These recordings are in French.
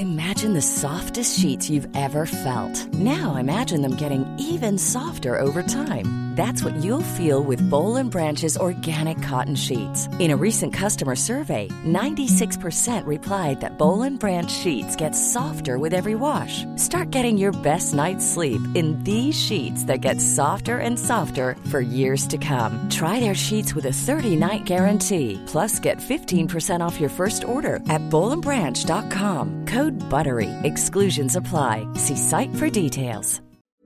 Imagine the softest sheets you've ever felt. Now imagine them getting even softer over time. That's what you'll feel with Boll & Branch's organic cotton sheets. In a recent customer survey, 96% replied that Boll & Branch sheets get softer with every wash. Start getting your best night's sleep in these sheets that get softer and softer for years to come. Try their sheets with a 30-night guarantee. Plus, get 15% off your first order at bollandbranch.com. Code BUTTERY. Exclusions apply. See site for details.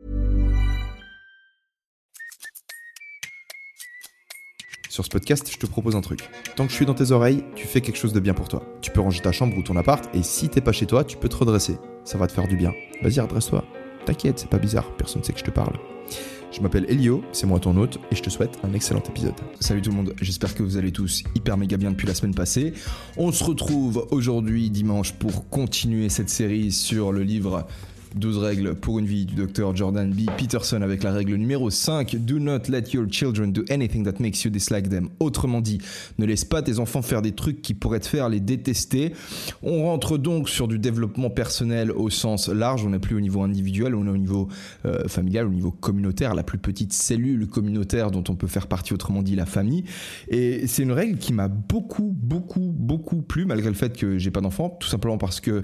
Sur ce podcast, je te propose un truc. Tant que je suis dans tes oreilles, tu fais quelque chose de bien pour toi. Tu peux ranger ta chambre ou ton appart, et si t'es pas chez toi, tu peux te redresser. Ça va te faire du bien. Vas-y, redresse-toi. T'inquiète, c'est pas bizarre, personne ne sait que je te parle. Je m'appelle Elio, c'est moi ton hôte, et je te souhaite un excellent épisode. Salut tout le monde, j'espère que vous allez tous hyper méga bien depuis la semaine passée. On se retrouve aujourd'hui, dimanche, pour continuer cette série sur le livre 12 règles pour une vie du Dr Jordan B. Peterson avec la règle numéro 5. Do not let your children do anything that makes you dislike them. Autrement dit, ne laisse pas tes enfants faire des trucs qui pourraient te faire les détester. On rentre donc sur du développement personnel au sens large. On n'est plus au niveau individuel, on est au niveau familial, au niveau communautaire, la plus petite cellule communautaire dont on peut faire partie, autrement dit la famille. Et c'est une règle qui m'a beaucoup plu, malgré le fait que j'ai pas d'enfants, tout simplement parce que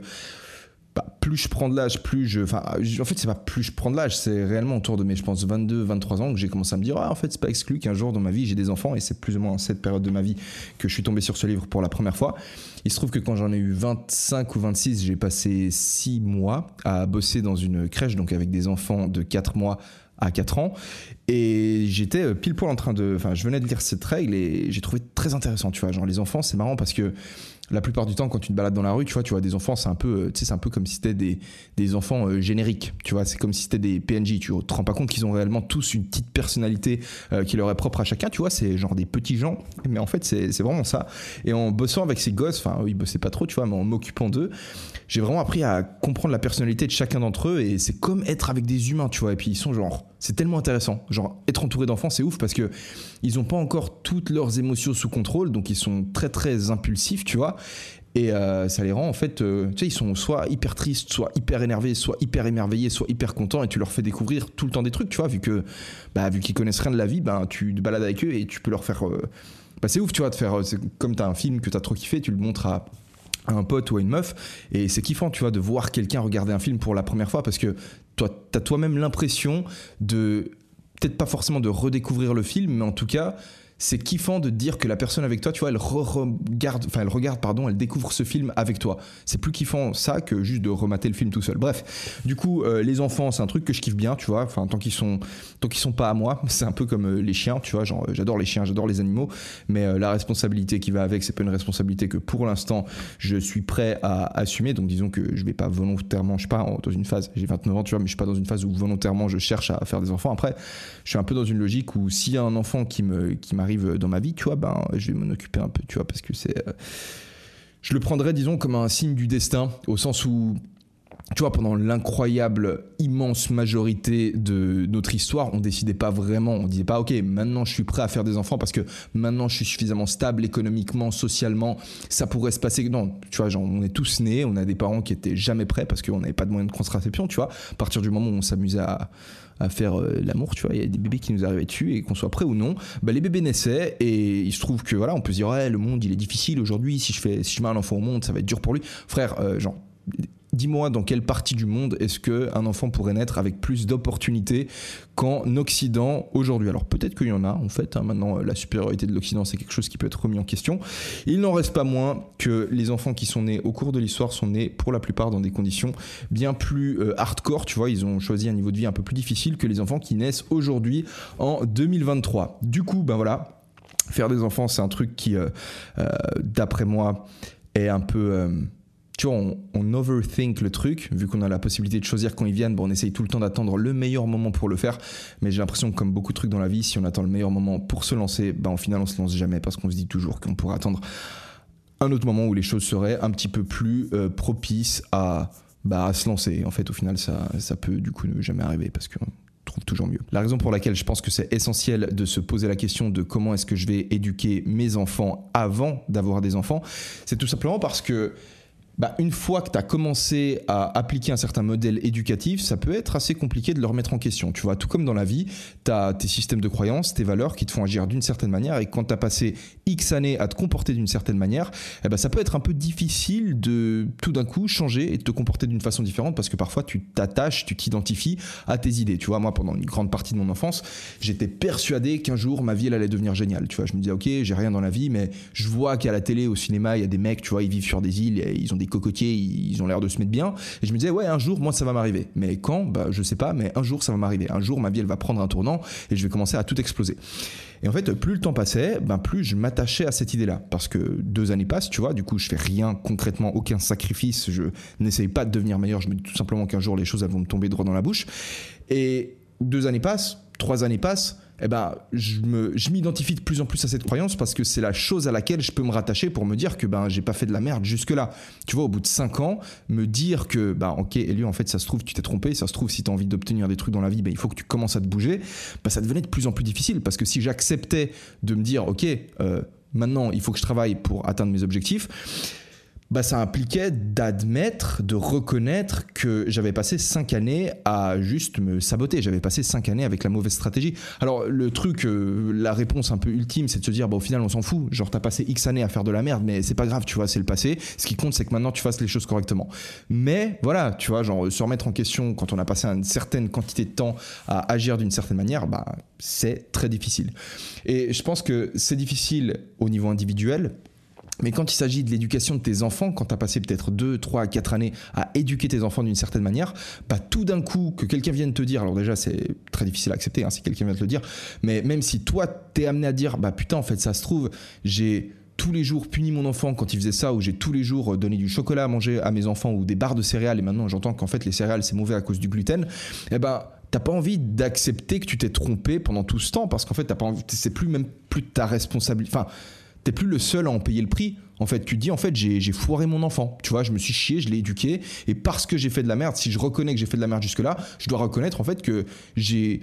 plus je prends de l'âge, en fait c'est pas plus je prends de l'âge, c'est réellement autour de mes, je pense, 22-23 ans que j'ai commencé à me dire en fait c'est pas exclu qu'un jour dans ma vie j'ai des enfants, et c'est plus ou moins cette période de ma vie que je suis tombé sur ce livre pour la première fois. Il se trouve que quand j'en ai eu 25 ou 26, j'ai passé 6 mois à bosser dans une crèche, donc avec des enfants de 4 mois à 4 ans, et j'étais pile poil je venais de lire cette règle et j'ai trouvé très intéressant, tu vois, genre les enfants c'est marrant parce que la plupart du temps quand tu te balades dans la rue, tu vois des enfants, c'est un peu comme si c'était des enfants génériques, tu vois, c'est comme si c'était des PNJ, tu te rends pas compte qu'ils ont réellement tous une petite personnalité qui leur est propre à chacun, tu vois, c'est genre des petits gens, mais en fait c'est vraiment ça. Et en bossant avec ces gosses, enfin ils bossaient pas trop, tu vois, mais en m'occupant d'eux, j'ai vraiment appris à comprendre la personnalité de chacun d'entre eux, et c'est comme être avec des humains, tu vois, et puis ils sont genre, c'est tellement intéressant, genre être entouré d'enfants c'est ouf parce que ils ont pas encore toutes leurs émotions sous contrôle, donc ils sont très très impulsifs, tu vois. Et ça les rend en fait, tu sais, ils sont soit hyper tristes, soit hyper énervés, soit hyper émerveillés, soit hyper contents, et tu leur fais découvrir tout le temps des trucs, tu vois, vu qu'ils connaissent rien de la vie, tu te balades avec eux et tu peux leur faire, c'est ouf, tu vois, c'est comme t'as un film que t'as trop kiffé, tu le montres à un pote ou à une meuf, et c'est kiffant, tu vois, de voir quelqu'un regarder un film pour la première fois, parce que toi, t'as toi-même l'impression de, peut-être pas forcément de redécouvrir le film, mais en tout cas c'est kiffant de te dire que la personne avec toi, tu vois, elle découvre ce film avec toi. C'est plus kiffant ça que juste de remater le film tout seul. Bref, du coup, les enfants, c'est un truc que je kiffe bien, tu vois. Enfin, tant qu'ils sont pas à moi, c'est un peu comme les chiens, tu vois. Genre, j'adore les chiens, j'adore les animaux, mais la responsabilité qui va avec, c'est pas une responsabilité que pour l'instant je suis prêt à assumer. Donc, disons que je vais pas volontairement, je suis pas dans une phase, j'ai 29 ans, tu vois, mais je suis pas dans une phase où volontairement je cherche à faire des enfants. Après, je suis un peu dans une logique où s'il y a un enfant qui m'arrive dans ma vie, tu vois, je vais m'en occuper un peu, tu vois, parce que je le prendrais, disons, comme un signe du destin, au sens où, tu vois, pendant l'incroyable, immense majorité de notre histoire, on décidait pas vraiment, on disait pas, ok, maintenant je suis prêt à faire des enfants parce que maintenant je suis suffisamment stable économiquement, socialement, ça pourrait se passer. Non, tu vois, genre, on est tous nés, on a des parents qui étaient jamais prêts parce qu'on n'avait pas de moyens de contraception, tu vois, à partir du moment où on s'amusait à faire l'amour, tu vois, il y a des bébés qui nous arrivaient dessus, et qu'on soit prêt ou non, les bébés naissaient, et il se trouve que voilà, on peut se dire ouais, le monde il est difficile aujourd'hui, si je mets un enfant au monde ça va être dur pour lui. Frère, genre, dis-moi dans quelle partie du monde est-ce qu'un enfant pourrait naître avec plus d'opportunités qu'en Occident aujourd'hui? Alors peut-être qu'il y en a en fait, maintenant la supériorité de l'Occident c'est quelque chose qui peut être remis en question. Il n'en reste pas moins que les enfants qui sont nés au cours de l'histoire sont nés pour la plupart dans des conditions bien plus hardcore, tu vois, ils ont choisi un niveau de vie un peu plus difficile que les enfants qui naissent aujourd'hui en 2023. Du coup, voilà, faire des enfants c'est un truc qui d'après moi est un peu... tu vois, on overthink le truc, vu qu'on a la possibilité de choisir quand ils viennent, on essaye tout le temps d'attendre le meilleur moment pour le faire, mais j'ai l'impression que comme beaucoup de trucs dans la vie, si on attend le meilleur moment pour se lancer, au final on se lance jamais, parce qu'on se dit toujours qu'on pourrait attendre un autre moment où les choses seraient un petit peu plus propices à se lancer. En fait, au final, ça peut du coup ne jamais arriver, parce que trouve toujours mieux. La raison pour laquelle je pense que c'est essentiel de se poser la question de comment est-ce que je vais éduquer mes enfants avant d'avoir des enfants, c'est tout simplement parce que une fois que tu as commencé à appliquer un certain modèle éducatif, ça peut être assez compliqué de le remettre en question. Tu vois, tout comme dans la vie, tu as tes systèmes de croyances, tes valeurs qui te font agir d'une certaine manière, et quand tu as passé X années à te comporter d'une certaine manière, ça peut être un peu difficile de tout d'un coup changer et de te comporter d'une façon différente, parce que parfois tu t'attaches, tu t'identifies à tes idées. Tu vois, moi, pendant une grande partie de mon enfance, j'étais persuadé qu'un jour ma vie elle allait devenir géniale. Tu vois, je me disais ok, j'ai rien dans la vie, mais je vois qu'à la télé, au cinéma, il y a des mecs, tu vois, ils vivent sur des îles, et ils ont des cocotiers, ils ont l'air de se mettre bien, et je me disais ouais, un jour moi ça va m'arriver, mais quand, je sais pas, mais un jour ça va m'arriver, un jour ma vie elle va prendre un tournant et je vais commencer à tout exploser. Et en fait, plus le temps passait, plus je m'attachais à cette idée-là, parce que 2 années passent, tu vois, du coup je fais rien concrètement, aucun sacrifice, je n'essaye pas de devenir meilleur, je me dis tout simplement qu'un jour les choses elles vont me tomber droit dans la bouche, et 2 années passent, 3 années passent, je m'identifie de plus en plus à cette croyance, parce que c'est la chose à laquelle je peux me rattacher pour me dire que j'ai pas fait de la merde jusque-là. Tu vois, au bout de 5 ans, me dire que ok, Elio, en fait ça se trouve tu t'es trompé, ça se trouve si t'as envie d'obtenir des trucs dans la vie, il faut que tu commences à te bouger, ça devenait de plus en plus difficile, parce que si j'acceptais de me dire ok, maintenant il faut que je travaille pour atteindre mes objectifs, ça impliquait d'admettre, de reconnaître que j'avais passé 5 années à juste me saboter. J'avais passé 5 années avec la mauvaise stratégie. Alors le truc, la réponse un peu ultime, c'est de se dire au final on s'en fout. Genre t'as passé X années à faire de la merde, mais c'est pas grave, tu vois, c'est le passé. Ce qui compte, c'est que maintenant tu fasses les choses correctement. Mais voilà, tu vois, genre se remettre en question quand on a passé une certaine quantité de temps à agir d'une certaine manière, c'est très difficile. Et je pense que c'est difficile au niveau individuel. Mais quand il s'agit de l'éducation de tes enfants, quand tu as passé peut-être 2, 3, 4 années à éduquer tes enfants d'une certaine manière, tout d'un coup, que quelqu'un vienne te dire, alors déjà c'est très difficile à accepter si quelqu'un vient te le dire, mais même si toi t'es amené à dire, putain en fait ça se trouve, j'ai tous les jours puni mon enfant quand il faisait ça, ou j'ai tous les jours donné du chocolat à manger à mes enfants, ou des barres de céréales, et maintenant j'entends qu'en fait les céréales c'est mauvais à cause du gluten, t'as pas envie d'accepter que tu t'es trompé pendant tout ce temps, parce qu'en fait t'as pas envie, c'est plus de ta responsabilité, t'es plus le seul à en payer le prix. En fait, tu te dis, en fait, j'ai foiré mon enfant. Tu vois, je me suis chié, je l'ai éduqué. Et parce que j'ai fait de la merde, si je reconnais que j'ai fait de la merde jusque-là, je dois reconnaître, en fait, que je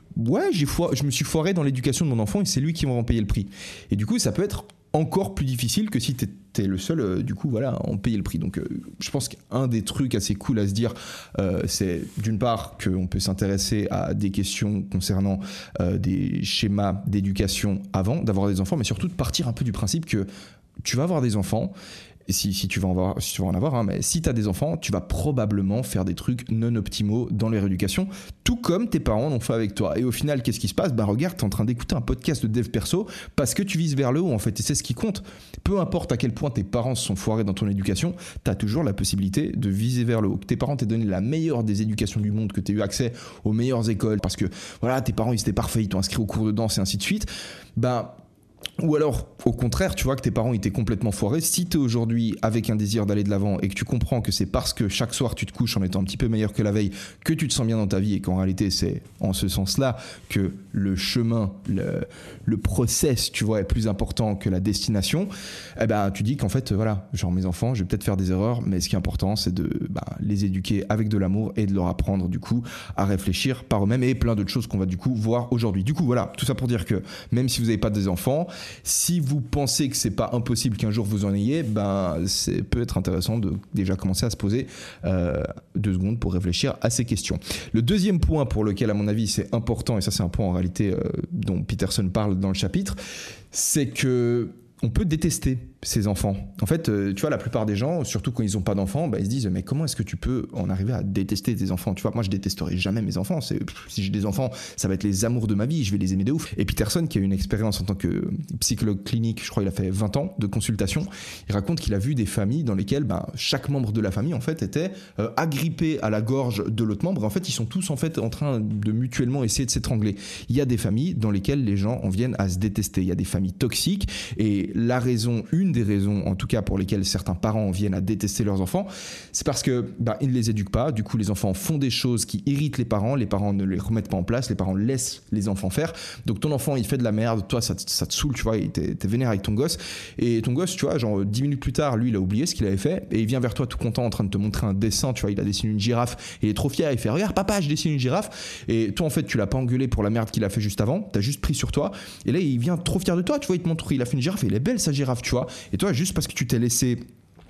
me suis foiré dans l'éducation de mon enfant, et c'est lui qui va en payer le prix. Et du coup, ça peut être encore plus difficile que si t'es le seul, à en payer le prix. Donc, je pense qu'un des trucs assez cool à se dire, c'est d'une part qu'on peut s'intéresser à des questions concernant des schémas d'éducation avant d'avoir des enfants, mais surtout de partir un peu du principe que tu vas avoir des enfants. Si tu vas en avoir, mais si tu as des enfants, tu vas probablement faire des trucs non optimaux dans leur éducation, tout comme tes parents l'ont fait avec toi. Et au final, qu'est-ce qui se passe ? Regarde, tu es en train d'écouter un podcast de dev perso parce que tu vises vers le haut, en fait, et c'est ce qui compte. Peu importe à quel point tes parents se sont foirés dans ton éducation, tu as toujours la possibilité de viser vers le haut. Que tes parents t'aient donné la meilleure des éducations du monde, que tu aies eu accès aux meilleures écoles, parce que voilà, tes parents ils étaient parfaits, ils t'ont inscrit au cours de danse et ainsi de suite, ou alors, au contraire, tu vois que tes parents étaient complètement foirés. Si tu es aujourd'hui avec un désir d'aller de l'avant et que tu comprends que c'est parce que chaque soir tu te couches en étant un petit peu meilleur que la veille que tu te sens bien dans ta vie, et qu'en réalité c'est en ce sens-là que le chemin, le process, tu vois, est plus important que la destination, tu dis qu'en fait, voilà, genre mes enfants, je vais peut-être faire des erreurs, mais ce qui est important, c'est de les éduquer avec de l'amour et de leur apprendre du coup à réfléchir par eux-mêmes, et plein d'autres choses qu'on va du coup voir aujourd'hui. Du coup, voilà, tout ça pour dire que même si vous n'avez pas des enfants, si vous pensez que c'est pas impossible qu'un jour vous en ayez, c'est peut être intéressant de déjà commencer à se poser 2 secondes pour réfléchir à ces questions. Le deuxième point pour lequel, à mon avis, c'est important, et ça c'est un point en réalité dont Peterson parle dans le chapitre, c'est que on peut détester ses enfants. En fait, tu vois, la plupart des gens, surtout quand ils n'ont pas d'enfants, ils se disent mais comment est-ce que tu peux en arriver à détester tes enfants ? Tu vois, moi je détesterai jamais mes enfants. Si j'ai des enfants, ça va être les amours de ma vie, je vais les aimer de ouf. Et Peterson, qui a une expérience en tant que psychologue clinique, je crois qu'il a fait 20 ans de consultation, il raconte qu'il a vu des familles dans lesquelles chaque membre de la famille en fait était agrippé à la gorge de l'autre membre. En fait, ils sont tous en fait en train de mutuellement essayer de s'étrangler. Il y a des familles dans lesquelles les gens en viennent à se détester. Il y a des familles toxiques, et une des raisons en tout cas pour lesquelles certains parents viennent à détester leurs enfants, c'est parce que ils ne les éduquent pas. Du coup, les enfants font des choses qui irritent les parents ne les remettent pas en place, les parents laissent les enfants faire. Donc ton enfant il fait de la merde, toi ça te saoule, tu vois, t'es vénère avec ton gosse, et ton gosse, tu vois, genre 10 minutes plus tard, lui il a oublié ce qu'il avait fait, et il vient vers toi tout content en train de te montrer un dessin, tu vois, il a dessiné une girafe, et il est trop fier, il fait regarde papa, je dessine une girafe, et toi en fait tu l'as pas engueulé pour la merde qu'il a fait juste avant, t'as juste pris sur toi, et là il vient trop fier de toi, tu vois, il te montre, il a fait une girafe, et il est belle sa girafe, tu vois, et toi juste parce que tu t'es laissé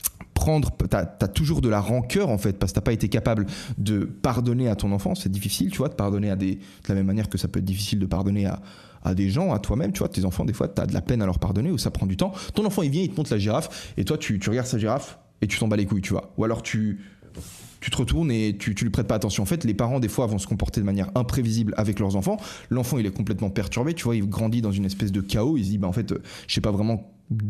t'as toujours de la rancœur en fait, parce que t'as pas été capable de pardonner à ton enfant. C'est difficile, tu vois, de pardonner de la même manière que ça peut être difficile de pardonner à des gens, à toi-même, tu vois, tes enfants, des fois, t'as de la peine à leur pardonner ou ça prend du temps. Ton enfant, il vient, il te montre la girafe et toi, tu regardes sa girafe et tu t'en bats les couilles, tu vois. Ou alors tu te retournes et tu lui prêtes pas attention. En fait, les parents, des fois, vont se comporter de manière imprévisible avec leurs enfants. L'enfant, il est complètement perturbé, tu vois, il grandit dans une espèce de chaos. Il se dit, en fait, je sais pas vraiment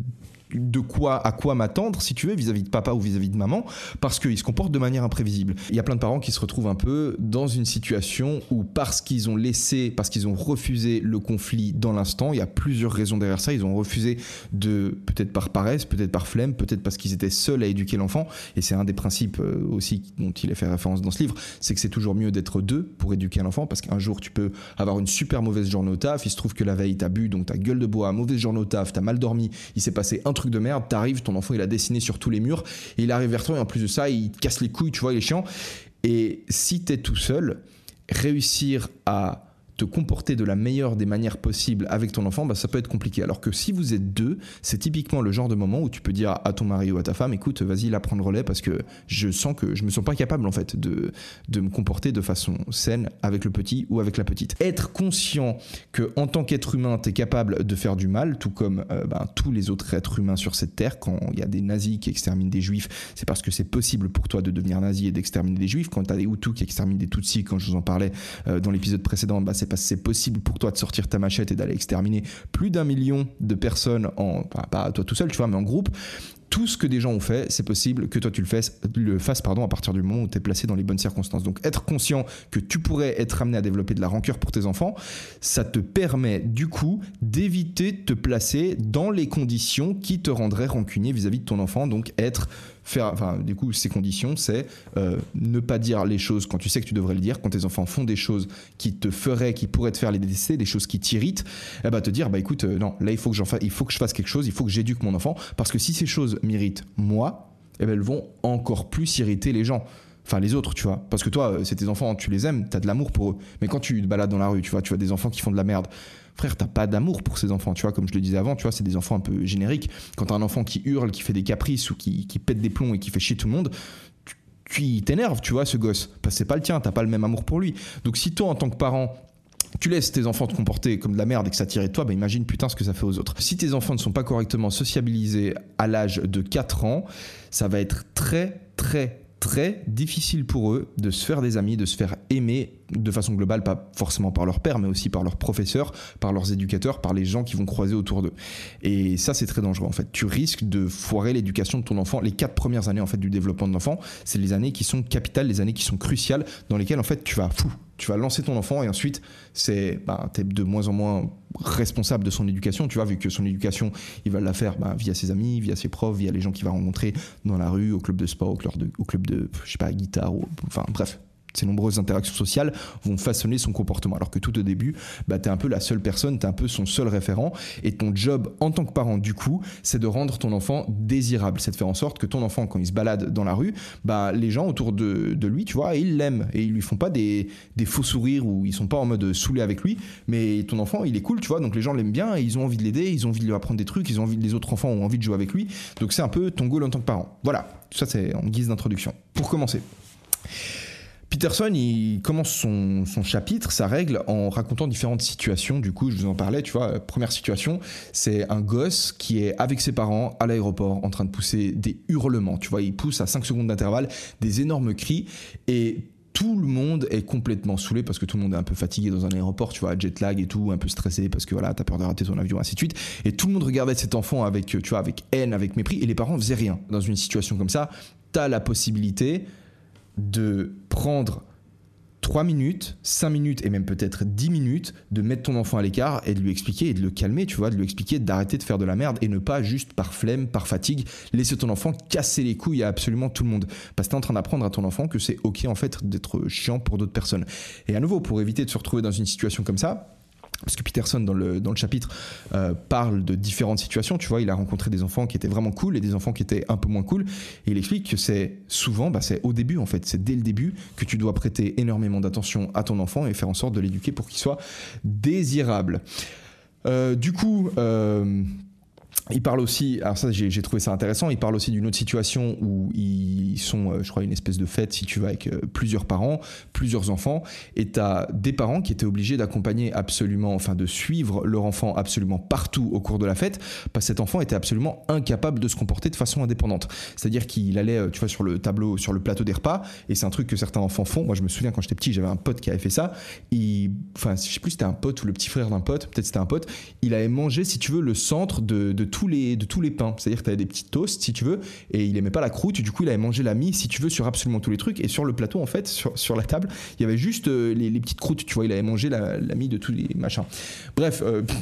à quoi m'attendre, si tu veux, vis-à-vis de papa ou vis-à-vis de maman, parce qu'ils se comportent de manière imprévisible. Il y a plein de parents qui se retrouvent un peu dans une situation où parce qu'ils ont refusé le conflit dans l'instant, il y a plusieurs raisons derrière ça, ils ont refusé peut-être par paresse, peut-être par flemme, peut-être parce qu'ils étaient seuls à éduquer l'enfant, et c'est un des principes aussi dont il est fait référence dans ce livre, c'est que c'est toujours mieux d'être deux pour éduquer un enfant, parce qu'un jour tu peux avoir une super mauvaise journée au taf, il se trouve que la veille t'as bu, donc t'as gueule de bois, mauvaise journée au taf, t'as mal dormi, il s'est passé un truc de merde, t'arrives, ton enfant il a dessiné sur tous les murs et il arrive vers toi et en plus de ça il te casse les couilles, tu vois, il est chiant. Et si t'es tout seul, réussir à te comporter de la meilleure des manières possibles avec ton enfant, ça peut être compliqué. Alors que si vous êtes deux, c'est typiquement le genre de moment où tu peux dire à ton mari ou à ta femme, écoute, vas-y, là, prends le relais parce que je me sens pas capable en fait de me comporter de façon saine avec le petit ou avec la petite. Être conscient que en tant qu'être humain, t'es capable de faire du mal, tout comme tous les autres êtres humains sur cette terre. Quand il y a des nazis qui exterminent des juifs, c'est parce que c'est possible pour toi de devenir nazi et d'exterminer des juifs. Quand t'as des Hutus qui exterminent des Tutsis, quand je vous en parlais dans l'épisode précédent, c'est parce que c'est possible pour toi de sortir ta machette et d'aller exterminer plus d'1 million de personnes, pas toi tout seul, tu vois, mais en groupe. Tout ce que des gens ont fait, c'est possible que toi tu le fasses à partir du moment où tu es placé dans les bonnes circonstances. Donc être conscient que tu pourrais être amené à développer de la rancœur pour tes enfants, ça te permet du coup d'éviter de te placer dans les conditions qui te rendraient rancunier vis-à-vis de ton enfant. Donc du coup ces conditions, c'est ne pas dire les choses quand tu sais que tu devrais le dire. Quand tes enfants font des choses qui pourraient te faire les détester, des choses qui t'irritent, te dire écoute, non, là il faut que je fasse quelque chose, il faut que j'éduque mon enfant, parce que si ces choses m'irritent moi, elles vont encore plus irriter les gens. Enfin, les autres, tu vois. Parce que toi, c'est tes enfants, tu les aimes, t'as de l'amour pour eux. Mais quand tu te balades dans la rue, tu vois des enfants qui font de la merde. Frère, t'as pas d'amour pour ces enfants, tu vois. Comme je le disais avant, tu vois, c'est des enfants un peu génériques. Quand t'as un enfant qui hurle, qui fait des caprices ou qui pète des plombs et qui fait chier tout le monde, tu t'énerves, tu vois, ce gosse. Parce que c'est pas le tien, t'as pas le même amour pour lui. Donc si toi, en tant que parent, tu laisses tes enfants te comporter comme de la merde et que ça tire de toi, imagine putain ce que ça fait aux autres. Si tes enfants ne sont pas correctement sociabilisés à l'âge de 4 ans, ça va être très très très difficile pour eux de se faire des amis, de se faire aimer de façon globale, pas forcément par leur père, mais aussi par leurs professeurs, par leurs éducateurs, par les gens qui vont croiser autour d'eux. Et ça, c'est très dangereux en fait. Tu risques de foirer l'éducation de ton enfant. Les 4 premières années en fait du développement de l'enfant, c'est les années qui sont capitales, les années qui sont cruciales, dans lesquelles en fait tu vas lancer ton enfant et ensuite t'es de moins en moins responsable de son éducation, tu vois, vu que son éducation il va la faire via ses amis, via ses profs, via les gens qu'il va rencontrer dans la rue, au club de sport, au club de je sais pas, guitare, bref. Ces nombreuses interactions sociales vont façonner son comportement. Alors que tout au début, t'es un peu la seule personne, t'es un peu son seul référent. Et ton job en tant que parent, du coup, c'est de rendre ton enfant désirable. C'est de faire en sorte que ton enfant, quand il se balade dans la rue, les gens autour de lui, tu vois, ils l'aiment. Et ils lui font pas des faux sourires ou ils sont pas en mode saoulé avec lui. Mais ton enfant, il est cool, tu vois. Donc les gens l'aiment bien et ils ont envie de l'aider, ils ont envie de lui apprendre des trucs, les autres enfants ont envie de jouer avec lui. Donc c'est un peu ton goal en tant que parent. Voilà, tout ça c'est en guise d'introduction. Pour commencer. Peterson, il commence son chapitre, sa règle, en racontant différentes situations. Du coup, je vous en parlais, tu vois. Première situation, c'est un gosse qui est avec ses parents à l'aéroport en train de pousser des hurlements. Tu vois, il pousse à 5 secondes d'intervalle des énormes cris et tout le monde est complètement saoulé parce que tout le monde est un peu fatigué dans un aéroport, tu vois, jet lag et tout, un peu stressé parce que voilà, t'as peur de rater ton avion, ainsi de suite. Et tout le monde regardait cet enfant avec haine, avec mépris, et les parents faisaient rien. Dans une situation comme ça, t'as la possibilité de prendre 3 minutes, 5 minutes et même peut-être 10 minutes de mettre ton enfant à l'écart et de lui expliquer et de le calmer, tu vois, de lui expliquer d'arrêter de faire de la merde et ne pas juste par flemme, par fatigue, laisser ton enfant casser les couilles à absolument tout le monde. Parce que t'es en train d'apprendre à ton enfant que c'est ok en fait d'être chiant pour d'autres personnes. Et à nouveau, pour éviter de se retrouver dans une situation comme ça, parce que Peterson dans le chapitre parle de différentes situations, tu vois, il a rencontré des enfants qui étaient vraiment cool et des enfants qui étaient un peu moins cool, et il explique que c'est souvent, c'est au début en fait, c'est dès le début que tu dois prêter énormément d'attention à ton enfant et faire en sorte de l'éduquer pour qu'il soit désirable. Il parle aussi, alors ça j'ai trouvé ça intéressant, il parle aussi d'une autre situation où ils sont, je crois, une espèce de fête, si tu veux, avec plusieurs parents, plusieurs enfants, et t'as des parents qui étaient obligés d'accompagner absolument, enfin de suivre leur enfant absolument partout au cours de la fête, parce que cet enfant était absolument incapable de se comporter de façon indépendante. C'est-à-dire qu'il allait, tu vois, sur le tableau, sur le plateau des repas, et c'est un truc que certains enfants font. Moi je me souviens quand j'étais petit, j'avais un pote qui avait fait ça, enfin je sais plus si c'était un pote ou le petit frère d'un pote, peut-être c'était un pote, il avait mangé, si tu veux, le centre de tous les pains. C'est-à-dire que tu avais des petits toasts, si tu veux, et il aimait pas la croûte, du coup il avait mangé la mie, si tu veux, sur absolument tous les trucs, et sur le plateau, en fait, sur la table, il y avait juste les petites croûtes, tu vois, il avait mangé la mie de tous les machins. Bref,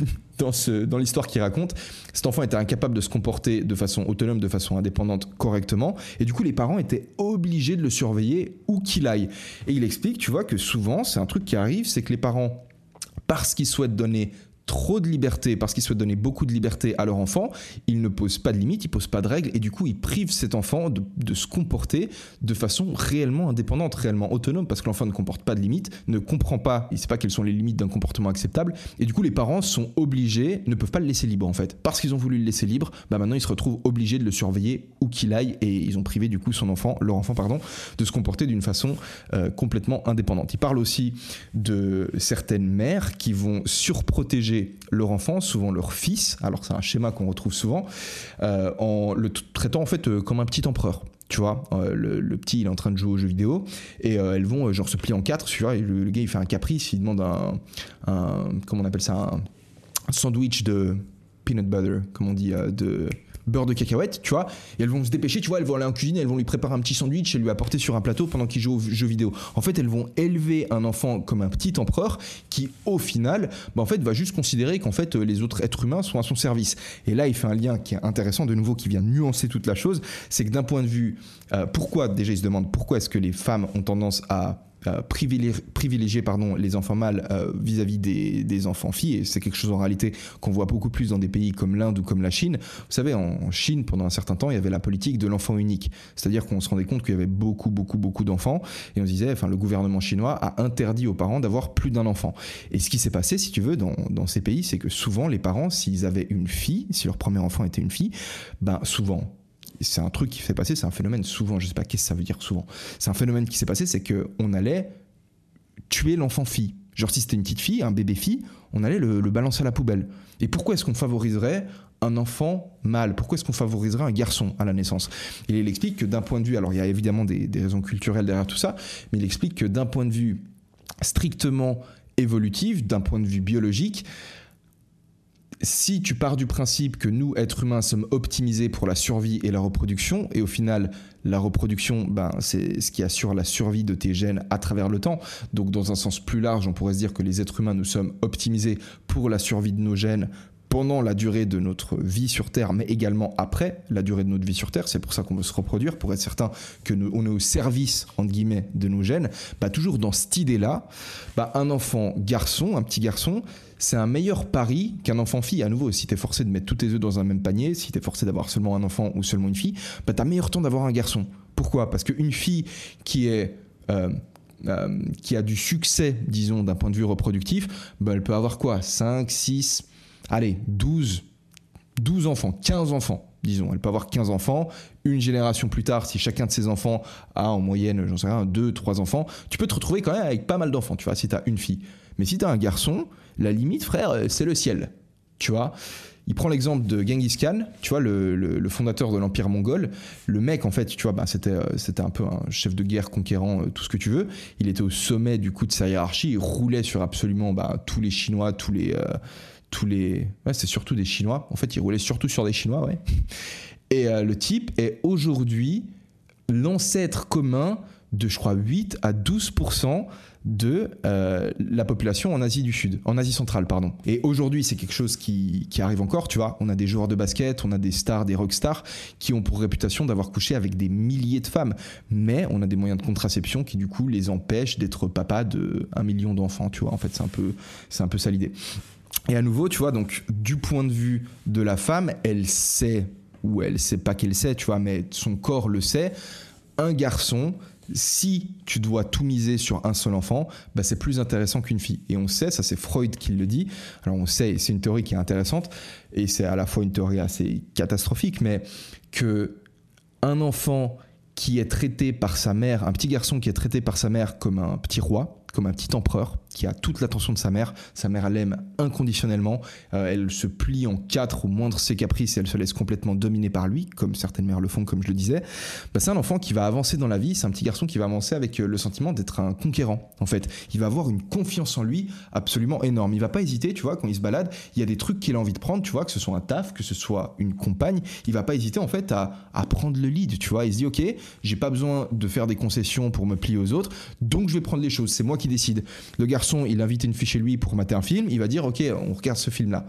dans l'histoire qu'il raconte, cet enfant était incapable de se comporter de façon autonome, de façon indépendante, correctement, et du coup les parents étaient obligés de le surveiller où qu'il aille. Et il explique, tu vois, que souvent, c'est un truc qui arrive, c'est que les parents, parce qu'ils souhaitent donner trop de liberté, parce qu'ils souhaitent donner beaucoup de liberté à leur enfant, ils ne posent pas de limites, ils posent pas de règles, et du coup ils privent cet enfant de se comporter de façon réellement indépendante, réellement autonome, parce que l'enfant ne comporte pas de limites, ne comprend pas, il sait pas quelles sont les limites d'un comportement acceptable, et du coup les parents sont obligés, ne peuvent pas le laisser libre en fait, parce qu'ils ont voulu le laisser libre, maintenant ils se retrouvent obligés de le surveiller où qu'il aille, et ils ont privé du coup leur enfant de se comporter d'une façon complètement indépendante. Il parle aussi de certaines mères qui vont surprotéger leur enfant, souvent leur fils, alors c'est un schéma qu'on retrouve souvent, en le traitant en fait comme un petit empereur. Tu vois, le petit il est en train de jouer aux jeux vidéo et elles vont genre se plier en quatre, tu vois, et le gars il fait un caprice, il demande comment on appelle ça, un sandwich de peanut butter, comme on dit, de beurre de cacahuète, tu vois, et elles vont se dépêcher, tu vois, elles vont aller en cuisine, elles vont lui préparer un petit sandwich et lui apporter sur un plateau pendant qu'il joue aux jeux vidéo. En fait, elles vont élever un enfant comme un petit empereur qui, au final, en fait, va juste considérer qu'en fait, les autres êtres humains sont à son service. Et là, il fait un lien qui est intéressant, de nouveau, qui vient nuancer toute la chose, c'est que d'un point de vue, déjà, il se demande pourquoi est-ce que les femmes ont tendance à privilégier les enfants mâles vis-à-vis des enfants filles, et c'est quelque chose en réalité qu'on voit beaucoup plus dans des pays comme l'Inde ou comme la Chine. Vous savez, en Chine, pendant un certain temps, il y avait la politique de l'enfant unique, c'est-à-dire qu'on se rendait compte qu'il y avait beaucoup d'enfants, et on se disait, le gouvernement chinois a interdit aux parents d'avoir plus d'un enfant. Et ce qui s'est passé, si tu veux, dans ces pays, c'est que souvent les parents, s'ils avaient une fille, si leur premier enfant était une fille, souvent, c'est un truc qui s'est passé, c'est un phénomène souvent, je sais pas qu'est-ce que ça veut dire souvent, c'est un phénomène qui s'est passé, c'est qu'on allait tuer l'enfant fille. Genre si c'était une petite fille, un bébé fille, on allait le balancer à la poubelle. Et pourquoi est-ce qu'on favoriserait un enfant mâle? Pourquoi est-ce qu'on favoriserait un garçon à la naissance? Et il explique que d'un point de vue, alors il y a évidemment des raisons culturelles derrière tout ça, mais il explique que d'un point de vue strictement évolutif, d'un point de vue biologique, si tu pars du principe que nous, êtres humains, sommes optimisés pour la survie et la reproduction, et au final, la reproduction, c'est ce qui assure la survie de tes gènes à travers le temps. Donc, dans un sens plus large, on pourrait se dire que les êtres humains, nous sommes optimisés pour la survie de nos gènes pendant la durée de notre vie sur Terre, mais également après la durée de notre vie sur Terre. C'est pour ça qu'on veut se reproduire, pour être certain qu'on est au service, entre guillemets, de nos gènes. Toujours dans cette idée-là, un enfant garçon, un petit garçon, c'est un meilleur pari qu'un enfant fille. À nouveau, si t'es forcé de mettre tous tes œufs dans un même panier, si t'es forcé d'avoir seulement un enfant ou seulement une fille, t'as meilleur temps d'avoir un garçon. Pourquoi ? Parce qu'une fille qui a du succès, disons, d'un point de vue reproductif, elle peut avoir quoi ? 5, 6... Allez, 12 enfants, 15 enfants, disons. Elle peut avoir 15 enfants. Une génération plus tard, si chacun de ses enfants a en moyenne, 2, 3 enfants, tu peux te retrouver quand même avec pas mal d'enfants, tu vois, si tu as une fille. Mais si tu as un garçon, la limite, frère, c'est le ciel, tu vois. Il prend l'exemple de Genghis Khan, tu vois, le fondateur de l'Empire mongol. Le mec, en fait, tu vois, c'était un peu un chef de guerre conquérant, tout ce que tu veux. Il était au sommet, du coup, de sa hiérarchie. Il roulait sur absolument tous les Chinois, c'est surtout des Chinois. En fait, il roulait surtout sur des Chinois, ouais. Et le type est aujourd'hui l'ancêtre commun de, je crois, 8 à 12% de la population en Asie centrale, pardon. Et aujourd'hui, c'est quelque chose qui arrive encore, tu vois. On a des joueurs de basket, on a des stars, des rockstars qui ont pour réputation d'avoir couché avec des milliers de femmes. Mais on a des moyens de contraception qui, du coup, les empêchent d'être papa de 1 million d'enfants, tu vois. En fait, c'est un peu ça l'idée. Et à nouveau, tu vois, donc, du point de vue de la femme, elle sait, ou elle sait pas qu'elle sait, tu vois, mais son corps le sait. Un garçon, si tu dois tout miser sur un seul enfant, bah c'est plus intéressant qu'une fille. Et on sait, ça c'est Freud qui le dit, alors on sait, c'est une théorie qui est intéressante, et c'est à la fois une théorie assez catastrophique, mais que un enfant qui est traité par sa mère, un petit garçon qui est traité par sa mère comme un petit roi, comme un petit empereur, qui a toute l'attention de sa mère l'aime inconditionnellement, elle se plie en quatre au moindre de ses caprices et elle se laisse complètement dominer par lui, comme certaines mères le font, comme je le disais, bah c'est un enfant qui va avancer dans la vie, c'est un petit garçon qui va avancer avec le sentiment d'être un conquérant, en fait. Il va avoir une confiance en lui absolument énorme, il va pas hésiter, tu vois, quand il se balade, il y a des trucs qu'il a envie de prendre, tu vois, que ce soit un taf, que ce soit une compagne, il va pas hésiter en fait à prendre le lead, tu vois, il se dit ok, j'ai pas besoin de faire des concessions pour me plier aux autres, donc je vais prendre les choses, c'est moi qui décide. Le garçon, il invite une fille chez lui pour mater un film, il va dire ok, on regarde ce film-là.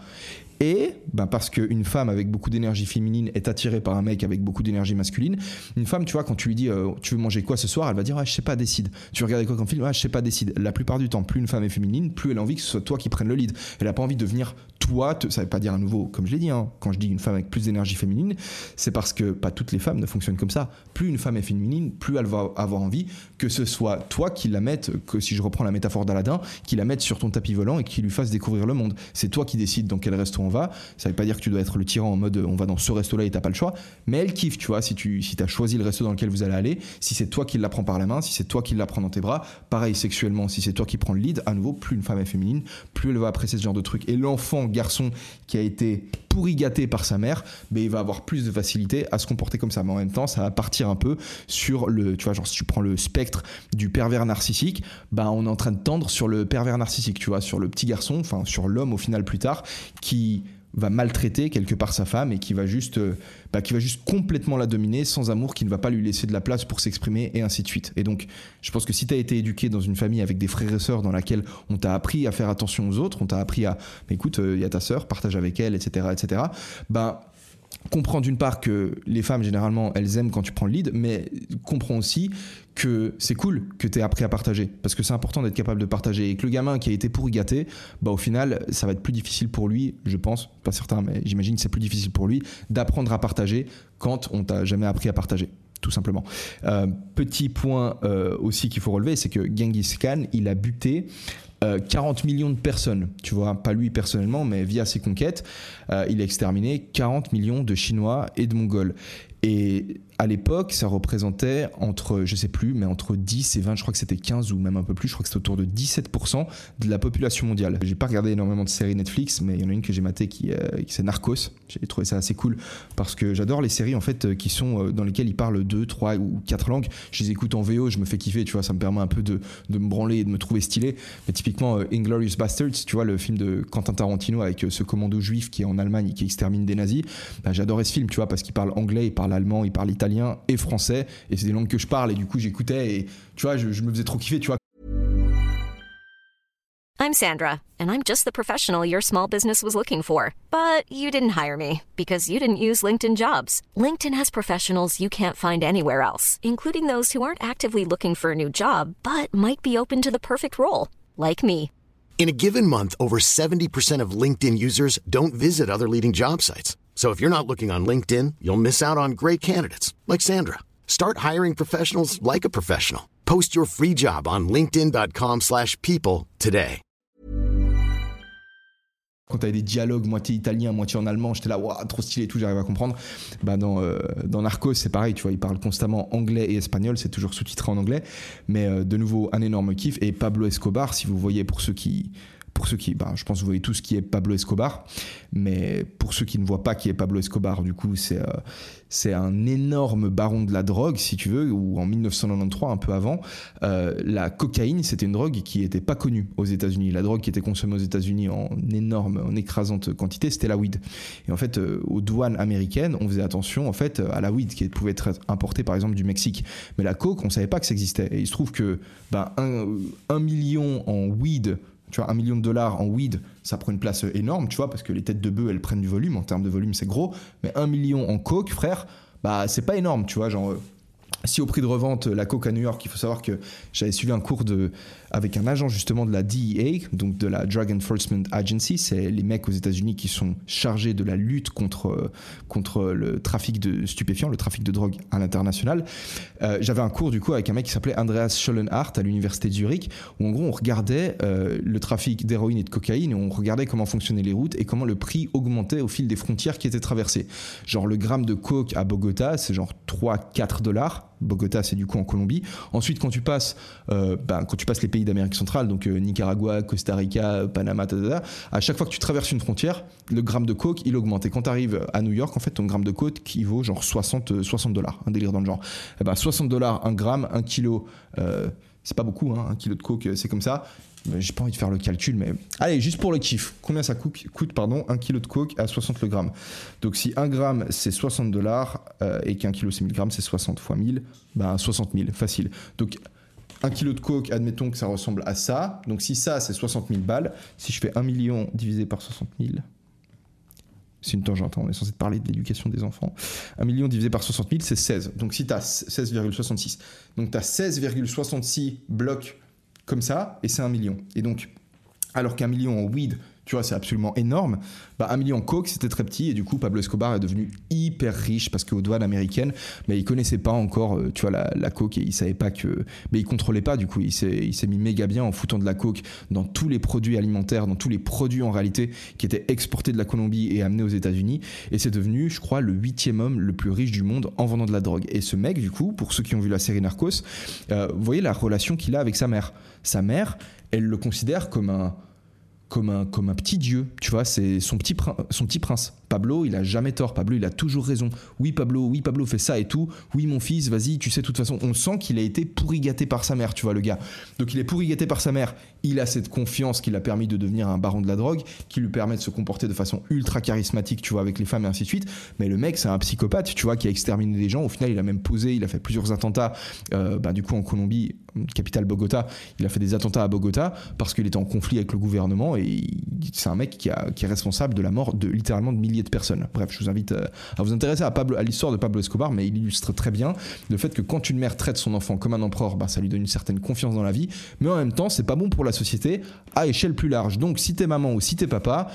Et ben parce qu'une femme avec beaucoup d'énergie féminine est attirée par un mec avec beaucoup d'énergie masculine, une femme, tu vois, quand tu lui dis tu veux manger quoi ce soir, elle va dire je sais pas, décide. Tu veux regarder quoi comme film, je sais pas, décide. La plupart du temps, plus une femme est féminine, plus elle a envie que ce soit toi qui prennes le lead. Elle a pas envie de devenir toi, ça veut pas dire à nouveau, comme je l'ai dit, quand je dis une femme avec plus d'énergie féminine, c'est parce que pas toutes les femmes ne fonctionnent comme ça. Plus une femme est féminine, plus elle va avoir envie que ce soit toi qui la mette, que si je reprends la métaphore d'Aladin, qui la mette sur ton tapis volant et qui lui fasse découvrir le monde. C'est toi qui décides dans quel restaurant on va. Ça veut pas dire que tu dois être le tyran en mode on va dans ce resto-là et t'as pas le choix, mais elle kiffe, tu vois, si t'as choisi le resto dans lequel vous allez aller, si c'est toi qui la prends par la main, si c'est toi qui la prends dans tes bras, pareil sexuellement, si c'est toi qui prends le lead, à nouveau, plus une femme est féminine, plus elle va apprécier ce genre de truc. Et l'enfant, garçon, qui a été pourri gâté par sa mère, il va avoir plus de facilité à se comporter comme ça. Mais en même temps, ça va partir un peu sur le, tu vois, genre si tu prends le spectre du pervers narcissique, on est en train de tendre sur le pervers narcissique, tu vois, sur le petit garçon, enfin sur l'homme au final plus tard, qui va maltraiter quelque part sa femme et qui va juste complètement la dominer sans amour, qui ne va pas lui laisser de la place pour s'exprimer et ainsi de suite. Et donc je pense que si tu as été éduqué dans une famille avec des frères et sœurs dans laquelle on t'a appris à faire attention aux autres, on t'a appris à écoute, il y a ta sœur, partage avec elle, etc., comprends d'une part que les femmes généralement elles aiment quand tu prends le lead, mais comprends aussi que c'est cool que tu aies appris à partager, parce que c'est important d'être capable de partager, et que le gamin qui a été pourri gâté, au final ça va être plus difficile pour lui, je pense, pas certain, mais j'imagine que c'est plus difficile pour lui d'apprendre à partager quand on t'a jamais appris à partager, tout simplement. Petit point aussi qu'il faut relever, c'est que Genghis Khan, il a buté 40 millions de personnes, tu vois, pas lui personnellement, mais via ses conquêtes, il a exterminé 40 millions de Chinois et de Mongols. Et à l'époque, ça représentait entre 10 et 20, je crois que c'était 15 ou même un peu plus, je crois que c'était autour de 17% de la population mondiale. J'ai pas regardé énormément de séries Netflix, mais il y en a une que j'ai matée qui c'est Narcos. J'ai trouvé ça assez cool parce que j'adore les séries en fait qui sont dans lesquelles ils parlent 2, 3 ou 4 langues. Je les écoute en VO, je me fais kiffer, tu vois, ça me permet un peu de me branler et de me trouver stylé. Mais typiquement Inglourious Basterds, tu vois, le film de Quentin Tarantino avec ce commando juif qui est en Allemagne et qui extermine des nazis, j'adorais ce film, tu vois, parce qu'il parle anglais, il parle allemand, il parle italien et français, et c'est des langues que je parle, et du coup j'écoutais, et tu vois, je me faisais trop kiffer, tu vois. I'm Sandra, and I'm just the professional your small business was looking for. But you didn't hire me, because you didn't use LinkedIn Jobs. LinkedIn has professionals you can't find anywhere else, including those who aren't actively looking for a new job, but might be open to the perfect role, like me. In a given month, over 70% of LinkedIn users don't visit other leading job sites. So if you're not looking on LinkedIn, you'll miss out on great candidates like Sandra. Start hiring professionals like a professional. Post your free job on linkedin.com/people today. Quand t'avais des dialogues moitié italien, moitié en allemand, j'étais là, waouh, trop stylé et tout, j'arrive à comprendre. Dans Narcos, c'est pareil, tu vois, ils parlent constamment anglais et espagnol, c'est toujours sous-titré en anglais, mais de nouveau, un énorme kiff. Et Pablo Escobar, si vous voyez, pour ceux qui, je pense que vous voyez tous qui est Pablo Escobar, mais pour ceux qui ne voient pas qui est Pablo Escobar, du coup, c'est un énorme baron de la drogue, si tu veux, ou en 1993, un peu avant, la cocaïne, c'était une drogue qui n'était pas connue aux États-Unis. La drogue qui était consommée aux États-Unis en écrasante quantité, c'était la weed. Et en fait, aux douanes américaines, on faisait attention en fait à la weed qui pouvait être importée par exemple du Mexique. Mais la coke, on savait pas que ça existait. Et il se trouve que 1 million en weed, tu vois, $1 million en weed, ça prend une place énorme, tu vois, parce que les têtes de bœuf, elles prennent du volume. En termes de volume, c'est gros. Mais 1 million en coke, frère, c'est pas énorme, tu vois, genre... Si au prix de revente, la coke à New York, il faut savoir que j'avais suivi un cours avec un agent justement de la DEA, donc de la Drug Enforcement Agency, c'est les mecs aux États-Unis qui sont chargés de la lutte contre le trafic de stupéfiants, le trafic de drogue à l'international. J'avais un cours du coup avec un mec qui s'appelait Andreas Schollenhardt à l'université de Zurich, où en gros on regardait le trafic d'héroïne et de cocaïne, et on regardait comment fonctionnaient les routes et comment le prix augmentait au fil des frontières qui étaient traversées. Genre le gramme de coke à Bogota, c'est genre 3-4 $. Bogota, c'est du coup en Colombie. Ensuite, quand tu passes les pays d'Amérique centrale, donc Nicaragua, Costa Rica, Panama, à chaque fois que tu traverses une frontière, le gramme de coke, il augmente. Et quand tu arrives à New York, en fait, ton gramme de coke qui vaut genre 60 $, un délire dans le genre. Et ben, 60 $, un gramme, 1 kilo, c'est pas beaucoup, hein, 1 kilo de coke, c'est comme ça. J'ai pas envie de faire le calcul, mais allez, juste pour le kiff, combien ça coûte 1 kilo de coke à 60 le gramme. Donc si 1 gramme c'est 60 $ et qu'un kilo c'est 1000 grammes, c'est 60 fois 1000, 60 000, facile. Donc 1 kilo de coke, admettons que ça ressemble à ça. Donc si ça c'est 60 000 balles, si je fais 1 million divisé par 60 000, c'est une tangente, on est censé parler de l'éducation des enfants. 1 million divisé par 60 000, c'est 16. Donc si tu as 16,66, donc tu as 16,66 blocs comme ça, et c'est 1 million. Et donc, alors qu'un million en weed, tu vois, c'est absolument énorme, 1 million en coke, c'était très petit, et du coup, Pablo Escobar est devenu hyper riche, parce qu'aux douanes américaines, mais il connaissait pas encore, tu vois, la coke, et il savait pas que... Mais il contrôlait pas, du coup, il s'est mis méga bien en foutant de la coke dans tous les produits alimentaires, dans tous les produits, en réalité, qui étaient exportés de la Colombie et amenés aux États-Unis, et c'est devenu, je crois, le 8e homme le plus riche du monde en vendant de la drogue. Et ce mec, du coup, pour ceux qui ont vu la série Narcos, vous voyez la relation qu'il a avec sa mère. Sa mère, elle le considère comme un petit dieu, tu vois, c'est son petit prince. Pablo, il a jamais tort. Pablo, il a toujours raison. Oui, Pablo fait ça et tout. Oui, mon fils, vas-y, tu sais, de toute façon, on sent qu'il a été pourri gâté par sa mère, tu vois, le gars. Donc, il est pourri gâté par sa mère. Il a cette confiance qui l'a permis de devenir un baron de la drogue, qui lui permet de se comporter de façon ultra charismatique, tu vois, avec les femmes et ainsi de suite. Mais le mec, c'est un psychopathe, tu vois, qui a exterminé des gens. Au final, il a même posé, il a fait plusieurs attentats, du coup, en Colombie, capitale Bogota. Il a fait des attentats à Bogota parce qu'il était en conflit avec le gouvernement, et c'est un mec qui est responsable de la mort de littéralement de milliers de personnes. Bref, je vous invite à vous intéresser à l'histoire de Pablo Escobar, mais il illustre très bien le fait que quand une mère traite son enfant comme un empereur, ça lui donne une certaine confiance dans la vie, mais en même temps, c'est pas bon pour la société à échelle plus large. Donc, si t'es maman ou si t'es papa,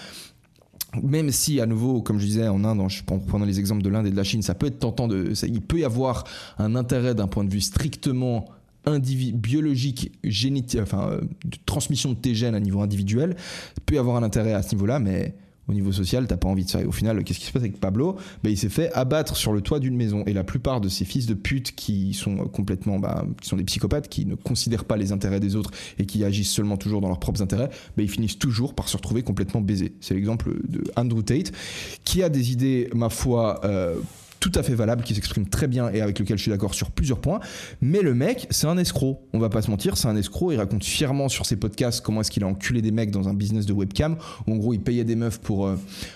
même si, à nouveau, comme je disais, en Inde, en prenant les exemples de l'Inde et de la Chine, ça peut être tentant il peut y avoir un intérêt d'un point de vue strictement biologique, génétique, de transmission de tes gènes à niveau individuel, peut y avoir un intérêt à ce niveau-là, mais au niveau social, t'as pas envie de ça. Et au final, qu'est-ce qui se passe avec Pablo ? Il s'est fait abattre sur le toit d'une maison, et la plupart de ces fils de pute qui sont complètement, qui sont des psychopathes, qui ne considèrent pas les intérêts des autres et qui agissent seulement toujours dans leurs propres intérêts, ils finissent toujours par se retrouver complètement baisés. C'est l'exemple de Andrew Tate, qui a des idées, ma foi, tout à fait valable, qui s'exprime très bien et avec lequel je suis d'accord sur plusieurs points, mais le mec, c'est un escroc, on va pas se mentir, c'est un escroc. Il raconte fièrement sur ses podcasts comment est-ce qu'il a enculé des mecs dans un business de webcam, où en gros il payait des meufs pour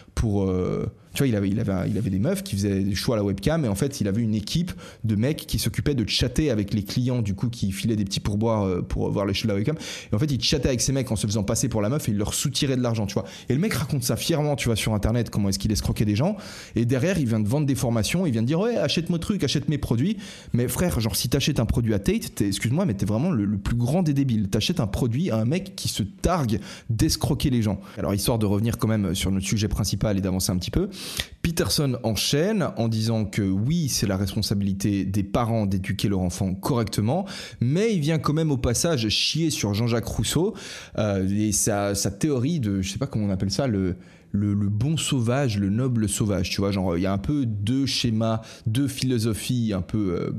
tu vois, il avait des meufs qui faisaient des choix à la webcam, et en fait il avait une équipe de mecs qui s'occupaient de chatter avec les clients, du coup, qui filaient des petits pourboires pour voir les shows de la webcam, et en fait il chattait avec ces mecs en se faisant passer pour la meuf, et il leur soutirait de l'argent, tu vois. Et le mec raconte ça fièrement, tu vois, sur internet, comment est-ce qu'il escroquait des gens, et derrière il vient de vendre des formations, il vient de dire ouais, achète mon truc, achète mes produits. Mais frère, genre, si t'achètes un produit à Tate, excuse-moi, mais t'es vraiment le plus grand des débiles. T'achètes un produit à un mec qui se targue d'escroquer les gens. Alors, histoire de revenir quand même sur notre sujet principal et d'avancer un petit peu, Peterson enchaîne en disant que oui, c'est la responsabilité des parents d'éduquer leur enfant correctement, mais il vient quand même au passage chier sur Jean-Jacques Rousseau et sa théorie de, je sais pas comment on appelle ça, le bon sauvage, le noble sauvage, tu vois, genre il y a un peu deux schémas, deux philosophies un peu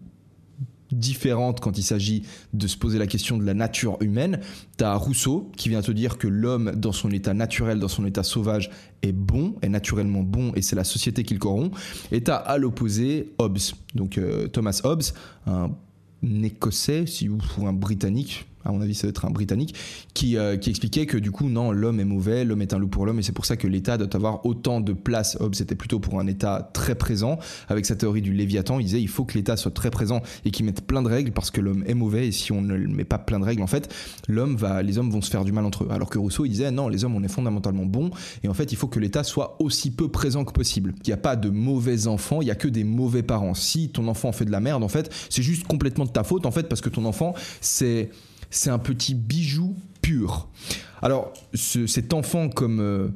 différentes quand il s'agit de se poser la question de la nature humaine. T'as Rousseau qui vient te dire que l'homme, dans son état naturel, dans son état sauvage, est bon, est naturellement bon, et c'est la société qui le corrompt. Et t'as à l'opposé Hobbes, donc Thomas Hobbes, un Écossais ou un Britannique, à mon avis ça doit être un Britannique, qui expliquait que du coup non, l'homme est mauvais, l'homme est un loup pour l'homme, et c'est pour ça que l'État doit avoir autant de place. Hobbes était plutôt pour un État très présent, avec sa théorie du Léviathan. Il disait il faut que l'État soit très présent et qu'il mette plein de règles, parce que l'homme est mauvais, et si on ne met pas plein de règles, en fait les hommes vont se faire du mal entre eux. Alors que Rousseau il disait non, les hommes on est fondamentalement bons, et en fait il faut que l'État soit aussi peu présent que possible. Il n'y a pas de mauvais enfants, il n'y a que des mauvais parents. Si ton enfant fait de la merde, en fait c'est juste complètement de ta faute, en fait, parce que ton enfant c'est un petit bijou pur. Alors cet enfant comme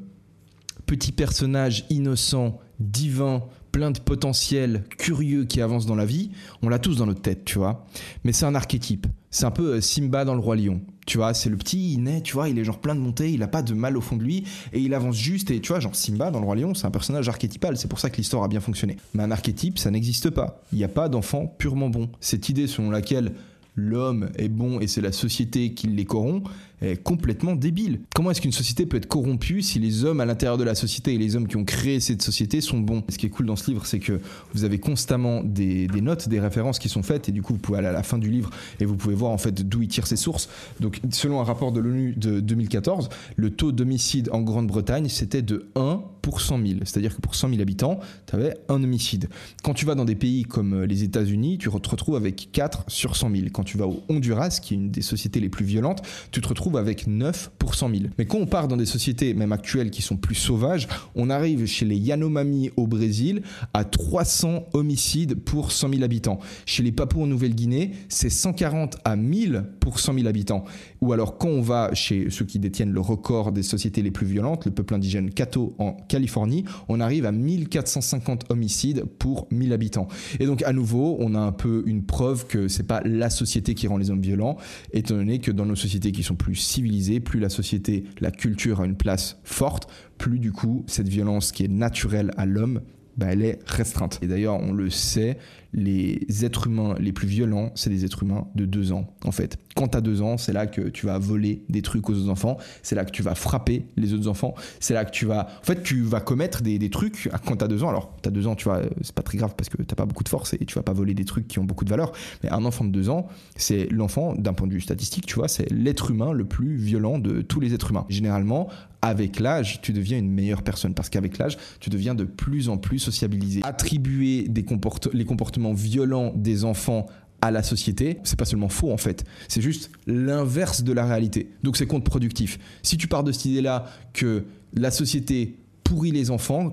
petit personnage innocent, divin, plein de potentiel, curieux, qui avance dans la vie, on l'a tous dans notre tête, tu vois. Mais c'est un archétype. C'est un peu Simba dans le Roi Lion. Tu vois, c'est le petit, il naît, tu vois, il est genre plein de montées, il a pas de mal au fond de lui, et il avance juste, et tu vois, genre Simba dans le Roi Lion, c'est un personnage archétypal, c'est pour ça que l'histoire a bien fonctionné. Mais un archétype, ça n'existe pas. Il n'y a pas d'enfant purement bon. Cette idée selon laquelle l'homme est bon et c'est la société qui les corrompt est complètement débile. Comment est-ce qu'une société peut être corrompue si les hommes à l'intérieur de la société et les hommes qui ont créé cette société sont bons? Ce qui est cool dans ce livre, c'est que vous avez constamment des notes, des références qui sont faites, et du coup vous pouvez aller à la fin du livre et vous pouvez voir en fait d'où il tire ses sources. Donc selon un rapport de l'ONU de 2014, le taux d'homicide en Grande-Bretagne c'était de 1 pour 100 000, c'est-à-dire que pour 100 000 habitants, tu avais un homicide. Quand tu vas dans des pays comme les États-Unis, tu te retrouves avec 4 sur 100 000. Quand tu vas au Honduras, qui est une des sociétés les plus violentes, tu te retrouves avec 9 pour 100 000. Mais quand on part dans des sociétés, même actuelles, qui sont plus sauvages, on arrive chez les Yanomami au Brésil à 300 homicides pour 100 000 habitants. Chez les Papous en Nouvelle-Guinée, c'est 140 à 1000 pour 100 000 habitants. Ou alors quand on va chez ceux qui détiennent le record des sociétés les plus violentes, le peuple indigène Caddo en Californie, on arrive à 1450 homicides pour 1000 habitants. Et donc à nouveau, on a un peu une preuve que c'est pas la société qui rend les hommes violents, étant donné que dans nos sociétés qui sont plus civilisées, plus la société, la culture a une place forte, plus du coup cette violence qui est naturelle à l'homme, elle est restreinte. Et d'ailleurs, on le sait, les êtres humains les plus violents, c'est des être humains de 2 ans, en fait. Quand tu as 2 ans, c'est là que tu vas voler des trucs aux autres enfants, c'est là que tu vas frapper les autres enfants, c'est là que tu vas commettre des trucs quand tu as 2 ans. Alors, tu as 2 ans, tu vois, c'est pas très grave parce que tu n'as pas beaucoup de force et tu vas pas voler des trucs qui ont beaucoup de valeur. Mais un enfant de 2 ans, c'est l'enfant, d'un point de vue statistique, tu vois, c'est l'être humain le plus violent de tous les êtres humains. Généralement, avec l'âge, tu deviens une meilleure personne parce qu'avec l'âge, tu deviens de plus en plus sociabilisé. Attribuer les comportements violents des enfants à la société, c'est pas seulement faux en fait, c'est juste l'inverse de la réalité. Donc c'est contre-productif. Si tu pars de cette idée-là que la société pourrit les enfants,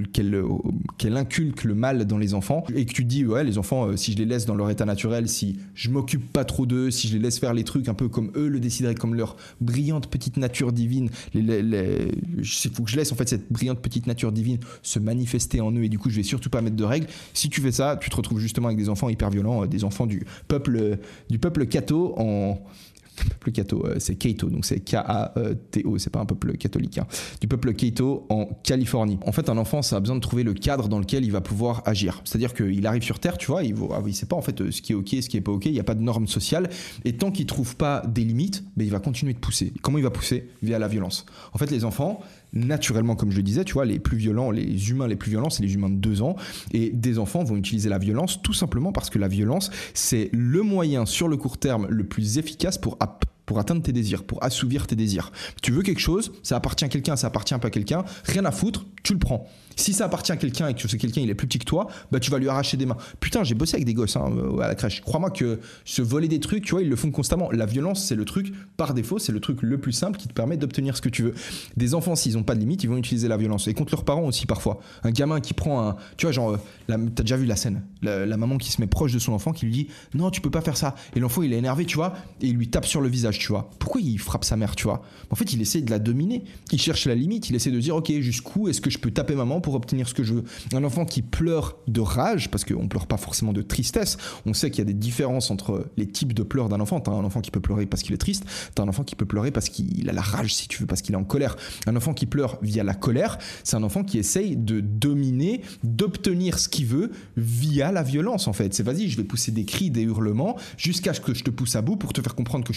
qu'elle inculque le mal dans les enfants, et que tu te dis ouais, les enfants, si je les laisse dans leur état naturel, si je m'occupe pas trop d'eux, si je les laisse faire les trucs un peu comme eux le décideraient, comme leur brillante petite nature divine, il faut que je laisse en fait cette brillante petite nature divine se manifester en eux, et du coup je vais surtout pas mettre de règles. Si tu fais ça, tu te retrouves justement avec des enfants hyper violents, des enfants du peuple Caddo peuple Caddo, c'est Caddo, donc c'est K-A-T-O, c'est pas un peuple catholique, hein. Du peuple Caddo en Californie. En fait, un enfant, ça a besoin de trouver le cadre dans lequel il va pouvoir agir. C'est-à-dire qu'il arrive sur Terre, tu vois, il sait pas en fait ce qui est ok, ce qui est pas ok, il n'y a pas de normes sociales, et tant qu'il trouve pas des limites, il va continuer de pousser. Comment il va pousser? Via la violence. En fait, les enfants, naturellement, comme je le disais, tu vois, les plus violents, les humains les plus violents, c'est les humains de 2 ans, et des enfants vont utiliser la violence tout simplement parce que la violence, c'est le moyen sur le court terme le plus efficace pour atteindre tes désirs, pour assouvir tes désirs. Tu veux quelque chose, ça appartient à quelqu'un, ça appartient pas à quelqu'un, rien à foutre, tu le prends. Si ça appartient à quelqu'un et que ce quelqu'un il est plus petit que toi, tu vas lui arracher des mains. Putain, j'ai bossé avec des gosses à la crèche. Crois-moi que se voler des trucs, tu vois, ils le font constamment. La violence, c'est le truc, par défaut, c'est le truc le plus simple qui te permet d'obtenir ce que tu veux. Des enfants, s'ils ont pas de limite, ils vont utiliser la violence. Et contre leurs parents aussi, parfois. Un gamin qui prend tu vois, genre, t'as déjà vu la scène. La maman qui se met proche de son enfant, qui lui dit « Non, tu peux pas faire ça ». Et l'enfant, il est énervé, tu vois, et il lui tape sur le visage, tu vois. Pourquoi il frappe sa mère, tu vois? En fait, il essaie de la dominer. Il cherche la limite, il essaie de dire « Ok, jusqu'où est-ce que je peux taper maman pour obtenir ce que je veux ?» Un enfant qui pleure de rage, parce qu'on pleure pas forcément de tristesse, on sait qu'il y a des différences entre les types de pleurs d'un enfant. T'as un enfant qui peut pleurer parce qu'il est triste, t'as un enfant qui peut pleurer parce qu'il a la rage, si tu veux, parce qu'il est en colère. Un enfant qui pleure via la colère, c'est un enfant qui essaye de dominer, d'obtenir ce qu'il veut via la violence, en fait. C'est vas-y, je vais pousser des cris, des hurlements, jusqu'à ce que je te pousse à bout pour te faire comprendre que je suis pas content,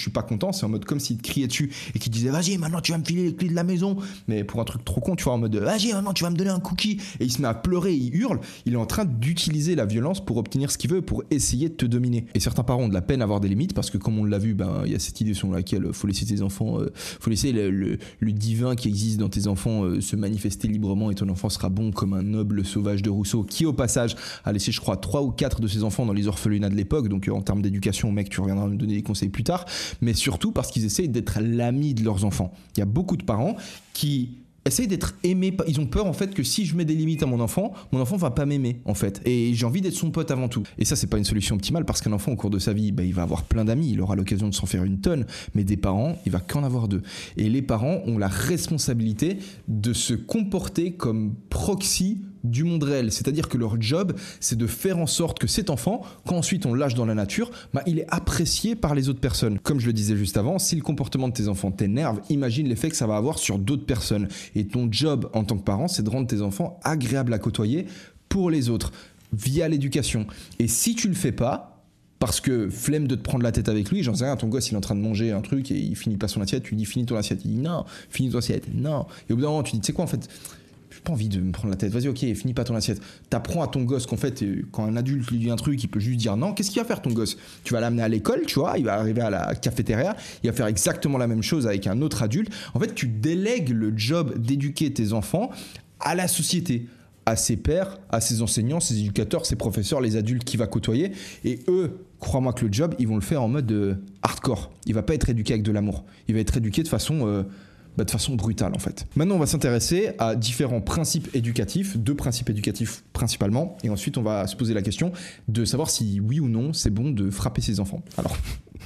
longtemps, c'est en mode comme s'il te criait dessus et qu'il disait vas-y maintenant tu vas me filer les clés de la maison, mais pour un truc trop con, tu vois, en mode vas-y maintenant tu vas me donner un cookie, et il se met à pleurer, il hurle, il est en train d'utiliser la violence pour obtenir ce qu'il veut, pour essayer de te dominer. Et certains parents ont de la peine à avoir des limites parce que comme on l'a vu, il y a cette idée selon laquelle faut laisser tes enfants, faut laisser le divin qui existe dans tes enfants se manifester librement et ton enfant sera bon comme un noble sauvage de Rousseau, qui au passage a laissé je crois 3 ou 4 de ses enfants dans les orphelinats de l'époque, donc en termes d'éducation mec tu reviendras me donner des conseils plus tard, mais surtout parce qu'ils essayent d'être l'ami de leurs enfants. Il y a beaucoup de parents qui essayent d'être aimés, ils ont peur en fait que si je mets des limites à mon enfant va pas m'aimer en fait, et j'ai envie d'être son pote avant tout. Et ça c'est pas une solution optimale parce qu'un enfant au cours de sa vie il va avoir plein d'amis, il aura l'occasion de s'en faire une tonne, mais des parents il va qu'en avoir 2, et les parents ont la responsabilité de se comporter comme proxy du monde réel, c'est-à-dire que leur job c'est de faire en sorte que cet enfant, quand ensuite on le lâche dans la nature, il est apprécié par les autres personnes. Comme je le disais juste avant, si le comportement de tes enfants t'énerve, imagine l'effet que ça va avoir sur d'autres personnes, et ton job en tant que parent c'est de rendre tes enfants agréables à côtoyer pour les autres via l'éducation. Et si tu le fais pas parce que flemme de te prendre la tête avec lui, j'en sais rien, ton gosse il est en train de manger un truc et il finit pas son assiette, tu lui dis finis ton assiette, il dit non, finis ton assiette, non, et au bout d'un moment tu dis tu sais quoi en fait, j'ai pas envie de me prendre la tête, vas-y ok, finis pas ton assiette. T'apprends à ton gosse qu'en fait quand un adulte lui dit un truc il peut juste dire non, qu'est-ce qu'il va faire ton gosse? Tu vas l'amener à l'école, tu vois, il va arriver à la cafétéria, il va faire exactement la même chose avec un autre adulte. En fait tu délègues le job d'éduquer tes enfants à la société, à ses pairs, à ses enseignants, ses éducateurs, ses professeurs, les adultes qu'il va côtoyer, et eux, crois-moi que le job ils vont le faire en mode hardcore. Il va pas être éduqué avec de l'amour, il va être éduqué de façon brutale en fait. Maintenant on va s'intéresser à différents principes éducatifs, 2 principes éducatifs principalement, et ensuite on va se poser la question de savoir si oui ou non c'est bon de frapper ses enfants. Alors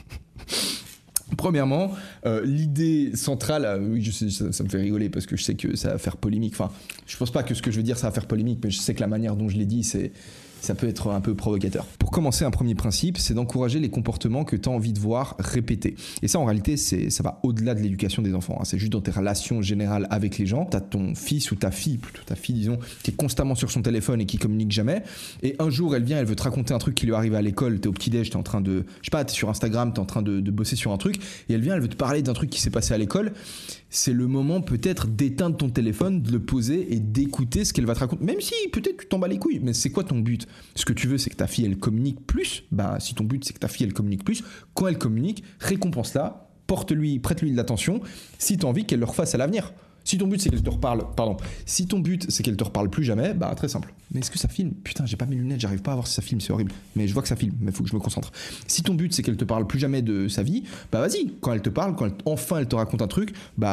premièrement, l'idée centrale, oui je sais, ça me fait rigoler parce que je sais que ça va faire polémique, enfin je pense pas que ce que je veux dire ça va faire polémique, mais je sais que la manière dont je l'ai dit ça peut être un peu provocateur. Pour commencer, un premier principe, c'est d'encourager les comportements que tu as envie de voir répétés. Et ça, en réalité, ça va au-delà de l'éducation des enfants. C'est juste dans tes relations générales avec les gens. Tu as ton fils ou ta fille, plutôt ta fille, disons, qui est constamment sur son téléphone et qui communique jamais. Et un jour, elle vient, elle veut te raconter un truc qui lui est arrivé à l'école. Tu es au petit-déj, tu es en train de... Je sais pas, tu es sur Instagram, tu es en train de bosser sur un truc. Et elle vient, elle veut te parler d'un truc qui s'est passé à l'école. C'est le moment peut-être d'éteindre ton téléphone, de le poser et d'écouter ce qu'elle va te raconter. Même si peut-être tu t'en bats les couilles, mais c'est quoi ton but? Ce que tu veux, c'est que ta fille elle communique plus. Si ton but c'est que ta fille elle communique plus, quand elle communique, récompense-la, prête-lui de l'attention. Si tu as envie qu'elle le refasse à l'avenir. Si ton but c'est qu'elle te reparle, si ton but c'est qu'elle te reparle plus jamais, très simple. Mais est-ce que ça filme? Putain, j'ai pas mes lunettes, j'arrive pas à voir si ça filme, c'est horrible. Mais je vois que ça filme, mais faut que je me concentre. Si ton but c'est qu'elle te parle plus jamais de sa vie, vas-y, quand elle te parle, enfin elle te raconte un truc,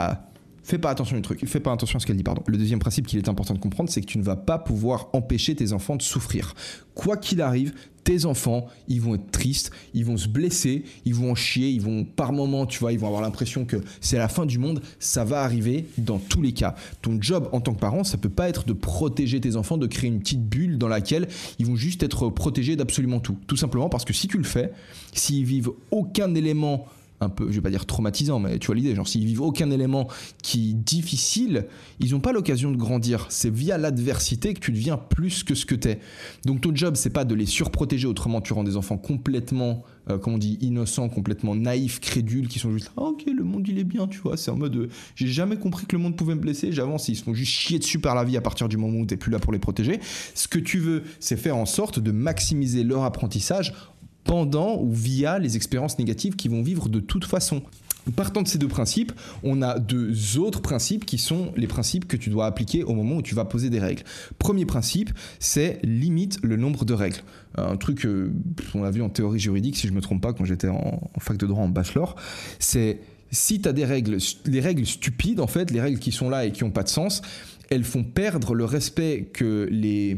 fais pas attention à ce qu'elle dit, pardon. Le deuxième principe qu'il est important de comprendre, c'est que tu ne vas pas pouvoir empêcher tes enfants de souffrir. Quoi qu'il arrive, tes enfants, ils vont être tristes, ils vont se blesser, ils vont en chier, ils vont par moments, tu vois, ils vont avoir l'impression que c'est la fin du monde. Ça va arriver dans tous les cas. Ton job en tant que parent, ça peut pas être de protéger tes enfants, de créer une petite bulle dans laquelle ils vont juste être protégés d'absolument tout. Tout simplement parce que si tu le fais, s'ils vivent aucun élément un peu, je vais pas dire traumatisant, mais tu vois l'idée, genre s'ils vivent aucun élément qui est difficile, ils n'ont pas l'occasion de grandir. C'est via l'adversité que tu deviens plus que ce que t'es. Donc ton job, c'est pas de les surprotéger, autrement tu rends des enfants complètement, innocents, complètement naïfs, crédules, qui sont juste ok, le monde il est bien, tu vois, c'est en mode j'ai jamais compris que le monde pouvait me blesser, j'avance, ils se font juste chier dessus par la vie à partir du moment où t'es plus là pour les protéger. Ce que tu veux, c'est faire en sorte de maximiser leur apprentissage pendant ou via les expériences négatives qu'ils vont vivre de toute façon. Partant de ces 2 principes, on a 2 autres principes qui sont les principes que tu dois appliquer au moment où tu vas poser des règles. Premier principe, c'est limite le nombre de règles. Un truc, on l'a vu en théorie juridique, si je ne me trompe pas, quand j'étais en fac de droit en bachelor, c'est si tu as des règles, les règles stupides en fait, les règles qui sont là et qui n'ont pas de sens, elles font perdre le respect que les...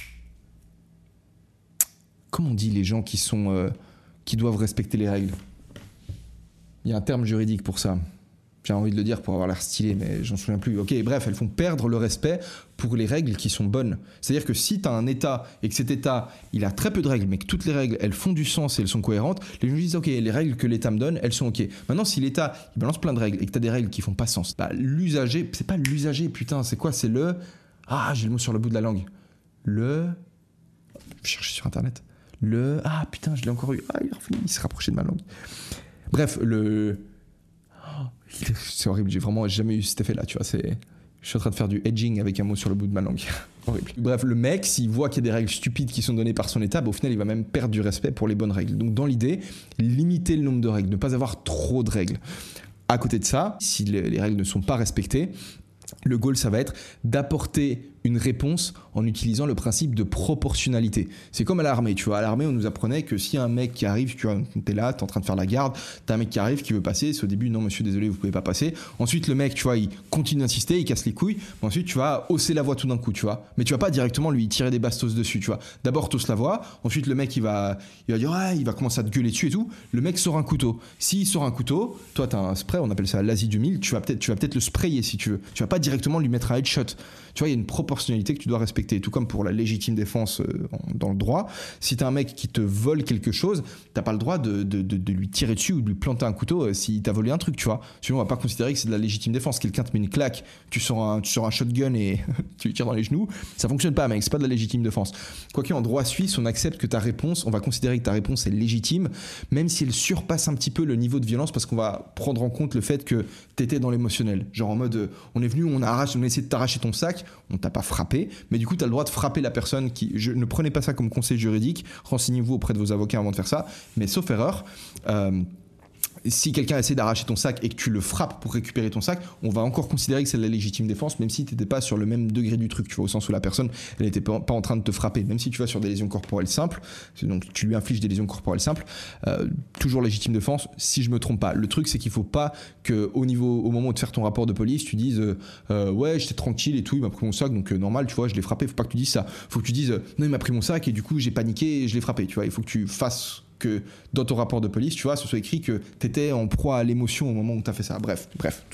Comment on dit les gens qui doivent respecter les règles? Il y a un terme juridique pour ça. J'ai envie de le dire pour avoir l'air stylé, mais j'en souviens plus. Ok, bref, elles font perdre le respect pour les règles qui sont bonnes. C'est-à-dire que si tu as un État et que cet État, il a très peu de règles, mais que toutes les règles, elles font du sens et elles sont cohérentes, les gens disent ok, les règles que l'État me donne, elles sont ok. Maintenant, si l'État, il balance plein de règles et que tu as des règles qui font pas sens, l'usager, c'est pas l'usager, putain, c'est quoi? C'est le... Ah, j'ai le mot sur le bout de la langue. Je cherche sur Internet. Ah putain, je l'ai encore eu. Il s'est rapproché de ma langue. Bref, C'est horrible, j'ai vraiment jamais eu cet effet-là, tu vois. Je suis en train de faire du edging avec un mot sur le bout de ma langue. Horrible. Bref, le mec, s'il voit qu'il y a des règles stupides qui sont données par son état, au final, il va même perdre du respect pour les bonnes règles. Donc, dans l'idée, limiter le nombre de règles, ne pas avoir trop de règles. À côté de ça, si les règles ne sont pas respectées, le goal, ça va être d'apporter une réponse en utilisant le principe de proportionnalité. C'est comme à l'armée, tu vois. À l'armée, on nous apprenait que si un mec qui arrive, tu vois, t'es là, t'es en train de faire la garde, t'as un mec qui arrive, qui veut passer, c'est au début, non monsieur, désolé, vous pouvez pas passer. Ensuite, le mec, tu vois, il continue d'insister, il casse les couilles. Ensuite, tu vas hausser la voix tout d'un coup, tu vois. Mais tu vas pas directement lui tirer des bastos dessus, tu vois. D'abord, t'hausses la voix. Ensuite, le mec, il va dire, ouais, il va commencer à te gueuler dessus et tout. Le mec sort un couteau. S'il sort un couteau, toi, t'as un spray, on appelle ça l'Asie du mille, tu vas peut-être le sprayer si tu veux. Tu vas pas directement lui mettre un headshot. Tu vois, il y a une proportionnalité que tu dois respecter. Tout comme pour la légitime défense dans le droit. Si t'as un mec qui te vole quelque chose, t'as pas le droit de lui tirer dessus ou de lui planter un couteau s'il t'a volé un truc, tu vois. Sinon, on va pas considérer que c'est de la légitime défense. Quelqu'un te met une claque, tu sors un shotgun et tu lui tires dans les genoux. Ça fonctionne pas, mec. C'est pas de la légitime défense. Quoique, en droit suisse, on accepte que ta réponse, on va considérer que ta réponse est légitime, même si elle surpasse un petit peu le niveau de violence, parce qu'on va prendre en compte le fait que t'étais dans l'émotionnel. Genre en mode, on est venu, on a essayé de t'arracher ton sac, on t'a pas frappé, mais du coup t'as le droit de frapper la personne ne prenez pas ça comme conseil juridique, renseignez-vous auprès de vos avocats avant de faire ça, mais sauf erreur, si quelqu'un essaie d'arracher ton sac et que tu le frappes pour récupérer ton sac, on va encore considérer que c'est de la légitime défense, même si tu n'étais pas sur le même degré du truc, tu vois, au sens où la personne, elle n'était pas en train de te frapper, même si tu vas sur des lésions corporelles simples, donc tu lui infliges des lésions corporelles simples, toujours légitime défense, si je me trompe pas. Le truc, c'est qu'il faut pas au moment de faire ton rapport de police, tu dises ouais, j'étais tranquille et tout, il m'a pris mon sac, donc normal, tu vois, je l'ai frappé. Faut pas que tu dises ça. Faut que tu dises non, il m'a pris mon sac et du coup j'ai paniqué et je l'ai frappé, tu vois. Il faut que tu fasses que dans ton rapport de police, tu vois, ce soit écrit que t'étais en proie à l'émotion au moment où t'as fait ça. Bref,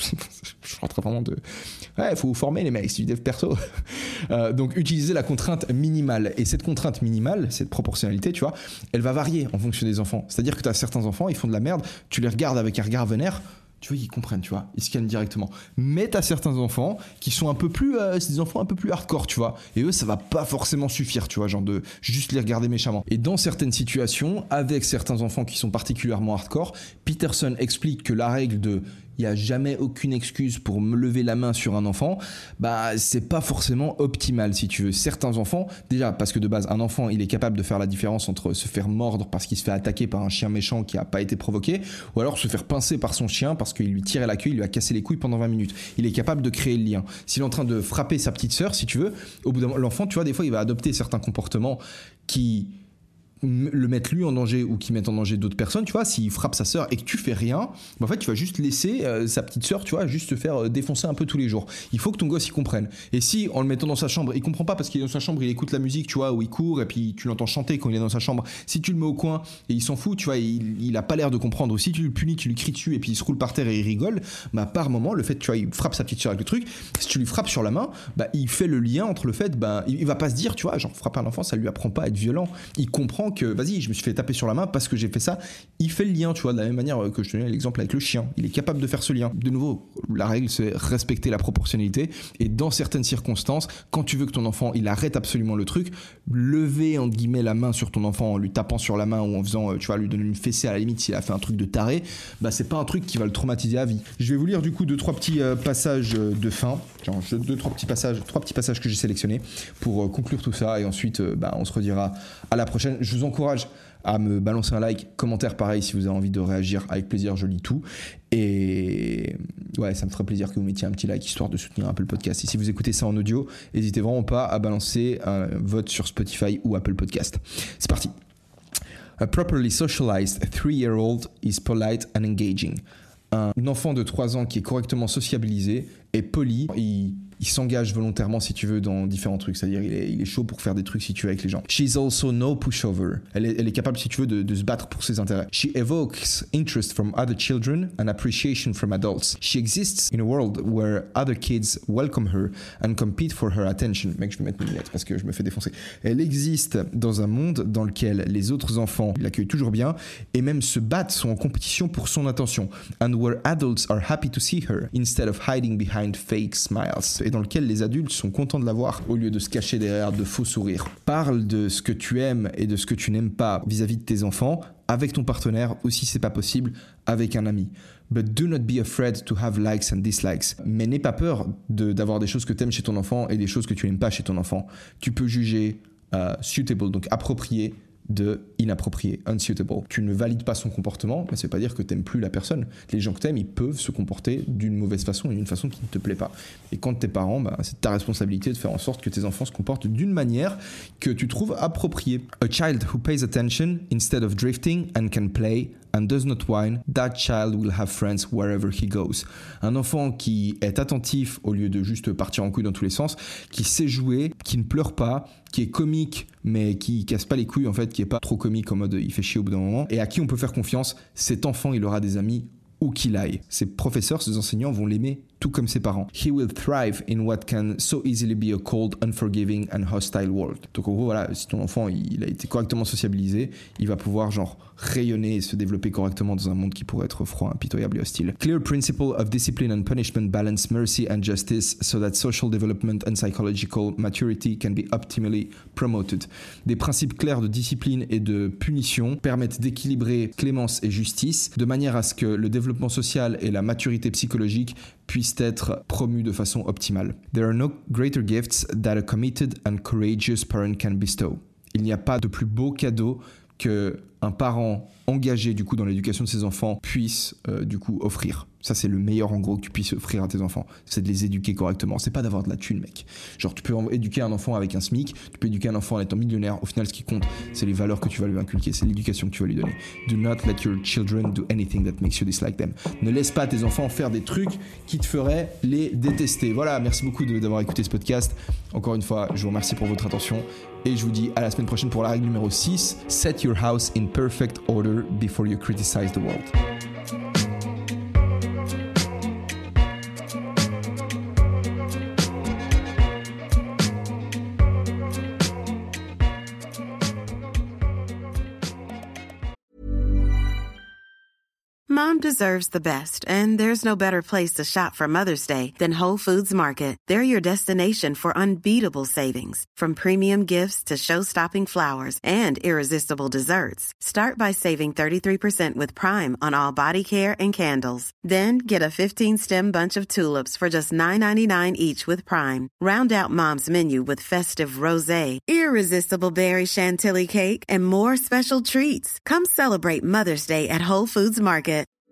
je rentre vraiment ouais, faut former les mecs, c'est du dev perso. Donc utiliser la contrainte minimale, et cette contrainte minimale, cette proportionnalité, tu vois, elle va varier en fonction des enfants. C'est-à-dire que t'as certains enfants, ils font de la merde, tu les regardes avec un regard vénère, tu vois, ils comprennent, tu vois, ils scannent directement. Mais t'as certains enfants qui sont un peu plus, c'est des enfants un peu plus hardcore, tu vois. Et eux, ça va pas forcément suffire, tu vois, genre de juste les regarder méchamment. Et dans certaines situations, avec certains enfants qui sont particulièrement hardcore, Peterson explique que la règle de il n'y a jamais aucune excuse pour me lever la main sur un enfant, bah c'est pas forcément optimal si tu veux. Certains enfants, déjà parce que de base un enfant il est capable de faire la différence entre se faire mordre parce qu'il se fait attaquer par un chien méchant qui a pas été provoqué, ou alors se faire pincer par son chien parce qu'il lui tirait la queue, il lui a cassé les couilles pendant 20 minutes. Il est capable de créer le lien. S'il est en train de frapper sa petite sœur, si tu veux, au bout d'un moment, l'enfant, tu vois, des fois il va adopter certains comportements qui le mettent lui en danger ou qui mettent en danger d'autres personnes, tu vois. S'il frappe sa sœur et que tu fais rien, bah en fait tu vas juste laisser sa petite sœur, tu vois, juste se faire défoncer un peu tous les jours. Il faut que ton gosse il comprenne. Et si en le mettant dans sa chambre, il comprend pas parce qu'il est dans sa chambre, il écoute la musique, tu vois, où il court et puis tu l'entends chanter quand il est dans sa chambre, si tu le mets au coin et il s'en fout, tu vois, il a pas l'air de comprendre, ou si tu le punis, tu lui cries dessus et puis il se roule par terre et il rigole, bah par moment le fait, tu vois, il frappe sa petite sœur avec le truc, si tu lui frappes sur la main, bah il fait le lien entre le fait, bah il va pas se dire, tu vois, genre frapper un enfant ça lui apprend pas à être violent, il comprend que vas-y, je me suis fait taper sur la main parce que j'ai fait ça, il fait le lien, tu vois, de la même manière que je te donnais l'exemple avec le chien, il est capable de faire ce lien. De nouveau, la règle c'est respecter la proportionnalité, et dans certaines circonstances, quand tu veux que ton enfant il arrête absolument le truc, lever entre guillemets la main sur ton enfant en lui tapant sur la main ou en faisant, tu vois, lui donner une fessée à la limite s'il a fait un truc de taré, bah c'est pas un truc qui va le traumatiser à vie. Je vais vous lire du coup 2-3 petits passages de fin, genre 3 petits passages que j'ai sélectionnés pour conclure tout ça, et ensuite bah, on se redira à la prochaine. Je vous encourage à me balancer un like, commentaire pareil si vous avez envie de réagir, avec plaisir, je lis tout. Et ouais, ça me ferait plaisir que vous mettiez un petit like histoire de soutenir un peu le podcast. Et si vous écoutez ça en audio, n'hésitez vraiment pas à balancer un vote sur Spotify ou Apple Podcast. C'est parti. A properly socialized 3-year-old is polite and engaging. Un enfant de 3 ans qui est correctement sociabilisé est poli, il s'engage volontairement, si tu veux, dans différents trucs. C'est-à-dire, il est chaud pour faire des trucs, si tu veux, avec les gens. She's also no pushover. Elle est capable, si tu veux, de se battre pour ses intérêts. She evokes interest from other children and appreciation from adults. She exists in a world where other kids welcome her and compete for her attention. Mec, je vais mettre mes lunettes parce que je me fais défoncer. Elle existe dans un monde dans lequel les autres enfants l'accueillent toujours bien et même se battent, sont en compétition pour son attention. And where adults are happy to see her instead of hiding behind fake smiles. Et dans lequel les adultes sont contents de la voir au lieu de se cacher derrière de faux sourires. Parle de ce que tu aimes et de ce que tu n'aimes pas vis-à-vis de tes enfants avec ton partenaire, ou si c'est pas possible, avec un ami. But do not be afraid to have likes and dislikes. Mais n'aie pas peur d'avoir des choses que tu aimes chez ton enfant et des choses que tu n'aimes pas chez ton enfant. Tu peux juger suitable, donc approprié, de inapproprié, unsuitable. Tu ne valides pas son comportement, mais ça ne veut pas dire que tu n'aimes plus la personne. Les gens que tu aimes, ils peuvent se comporter d'une mauvaise façon, d'une façon qui ne te plaît pas. Et quand tu es parent, c'est ta responsabilité de faire en sorte que tes enfants se comportent d'une manière que tu trouves appropriée. A child who pays attention instead of drifting and can play and does not whine, that child will have friends wherever he goes. Un enfant qui est attentif au lieu de juste partir en couille dans tous les sens, qui sait jouer, qui ne pleure pas, qui est comique mais qui casse pas les couilles en fait, qui est pas trop comique en mode il fait chier au bout d'un moment, et à qui on peut faire confiance, cet enfant il aura des amis où qu'il aille. Ses professeurs, ses enseignants vont l'aimer tout comme ses parents. He will thrive in what can so easily be a cold, unforgiving and hostile world. Donc en gros, voilà, si ton enfant il a été correctement sociabilisé, il va pouvoir rayonner et se développer correctement dans un monde qui pourrait être froid, impitoyable et hostile. Clear principle of discipline and punishment balance mercy and justice so that social development and psychological maturity can be optimally promoted. Des principes clairs de discipline et de punition permettent d'équilibrer clémence et justice de manière à ce que le développement social et la maturité psychologique puissent être promus de façon optimale. There are no greater gifts that a committed and courageous parent can bestow. Il n'y a pas de plus beau cadeau qu'un parent engagé du coup dans l'éducation de ses enfants puisse du coup offrir. Ça c'est le meilleur en gros que tu puisses offrir à tes enfants, c'est de les éduquer correctement. C'est pas d'avoir de la thune mec. Tu peux éduquer un enfant avec un SMIC, tu peux éduquer un enfant en étant millionnaire. Au final ce qui compte c'est les valeurs que tu vas lui inculquer, c'est l'éducation que tu vas lui donner. Do not let your children do anything that makes you dislike them. Ne laisse pas tes enfants faire des trucs qui te feraient les détester. Voilà, merci beaucoup d'avoir écouté ce podcast. Encore une fois, je vous remercie pour votre attention et je vous dis à la semaine prochaine pour la règle numéro 6. Set your house in perfect order before you criticize the world. Mom deserves the best, and there's no better place to shop for Mother's Day than Whole Foods Market. They're your destination for unbeatable savings, from premium gifts to show-stopping flowers and irresistible desserts. Start by saving 33% with Prime on all body care and candles. Then get a 15-stem bunch of tulips for just $9.99 each with Prime. Round out Mom's menu with festive rosé, irresistible berry chantilly cake, and more special treats. Come celebrate Mother's Day at Whole Foods Market.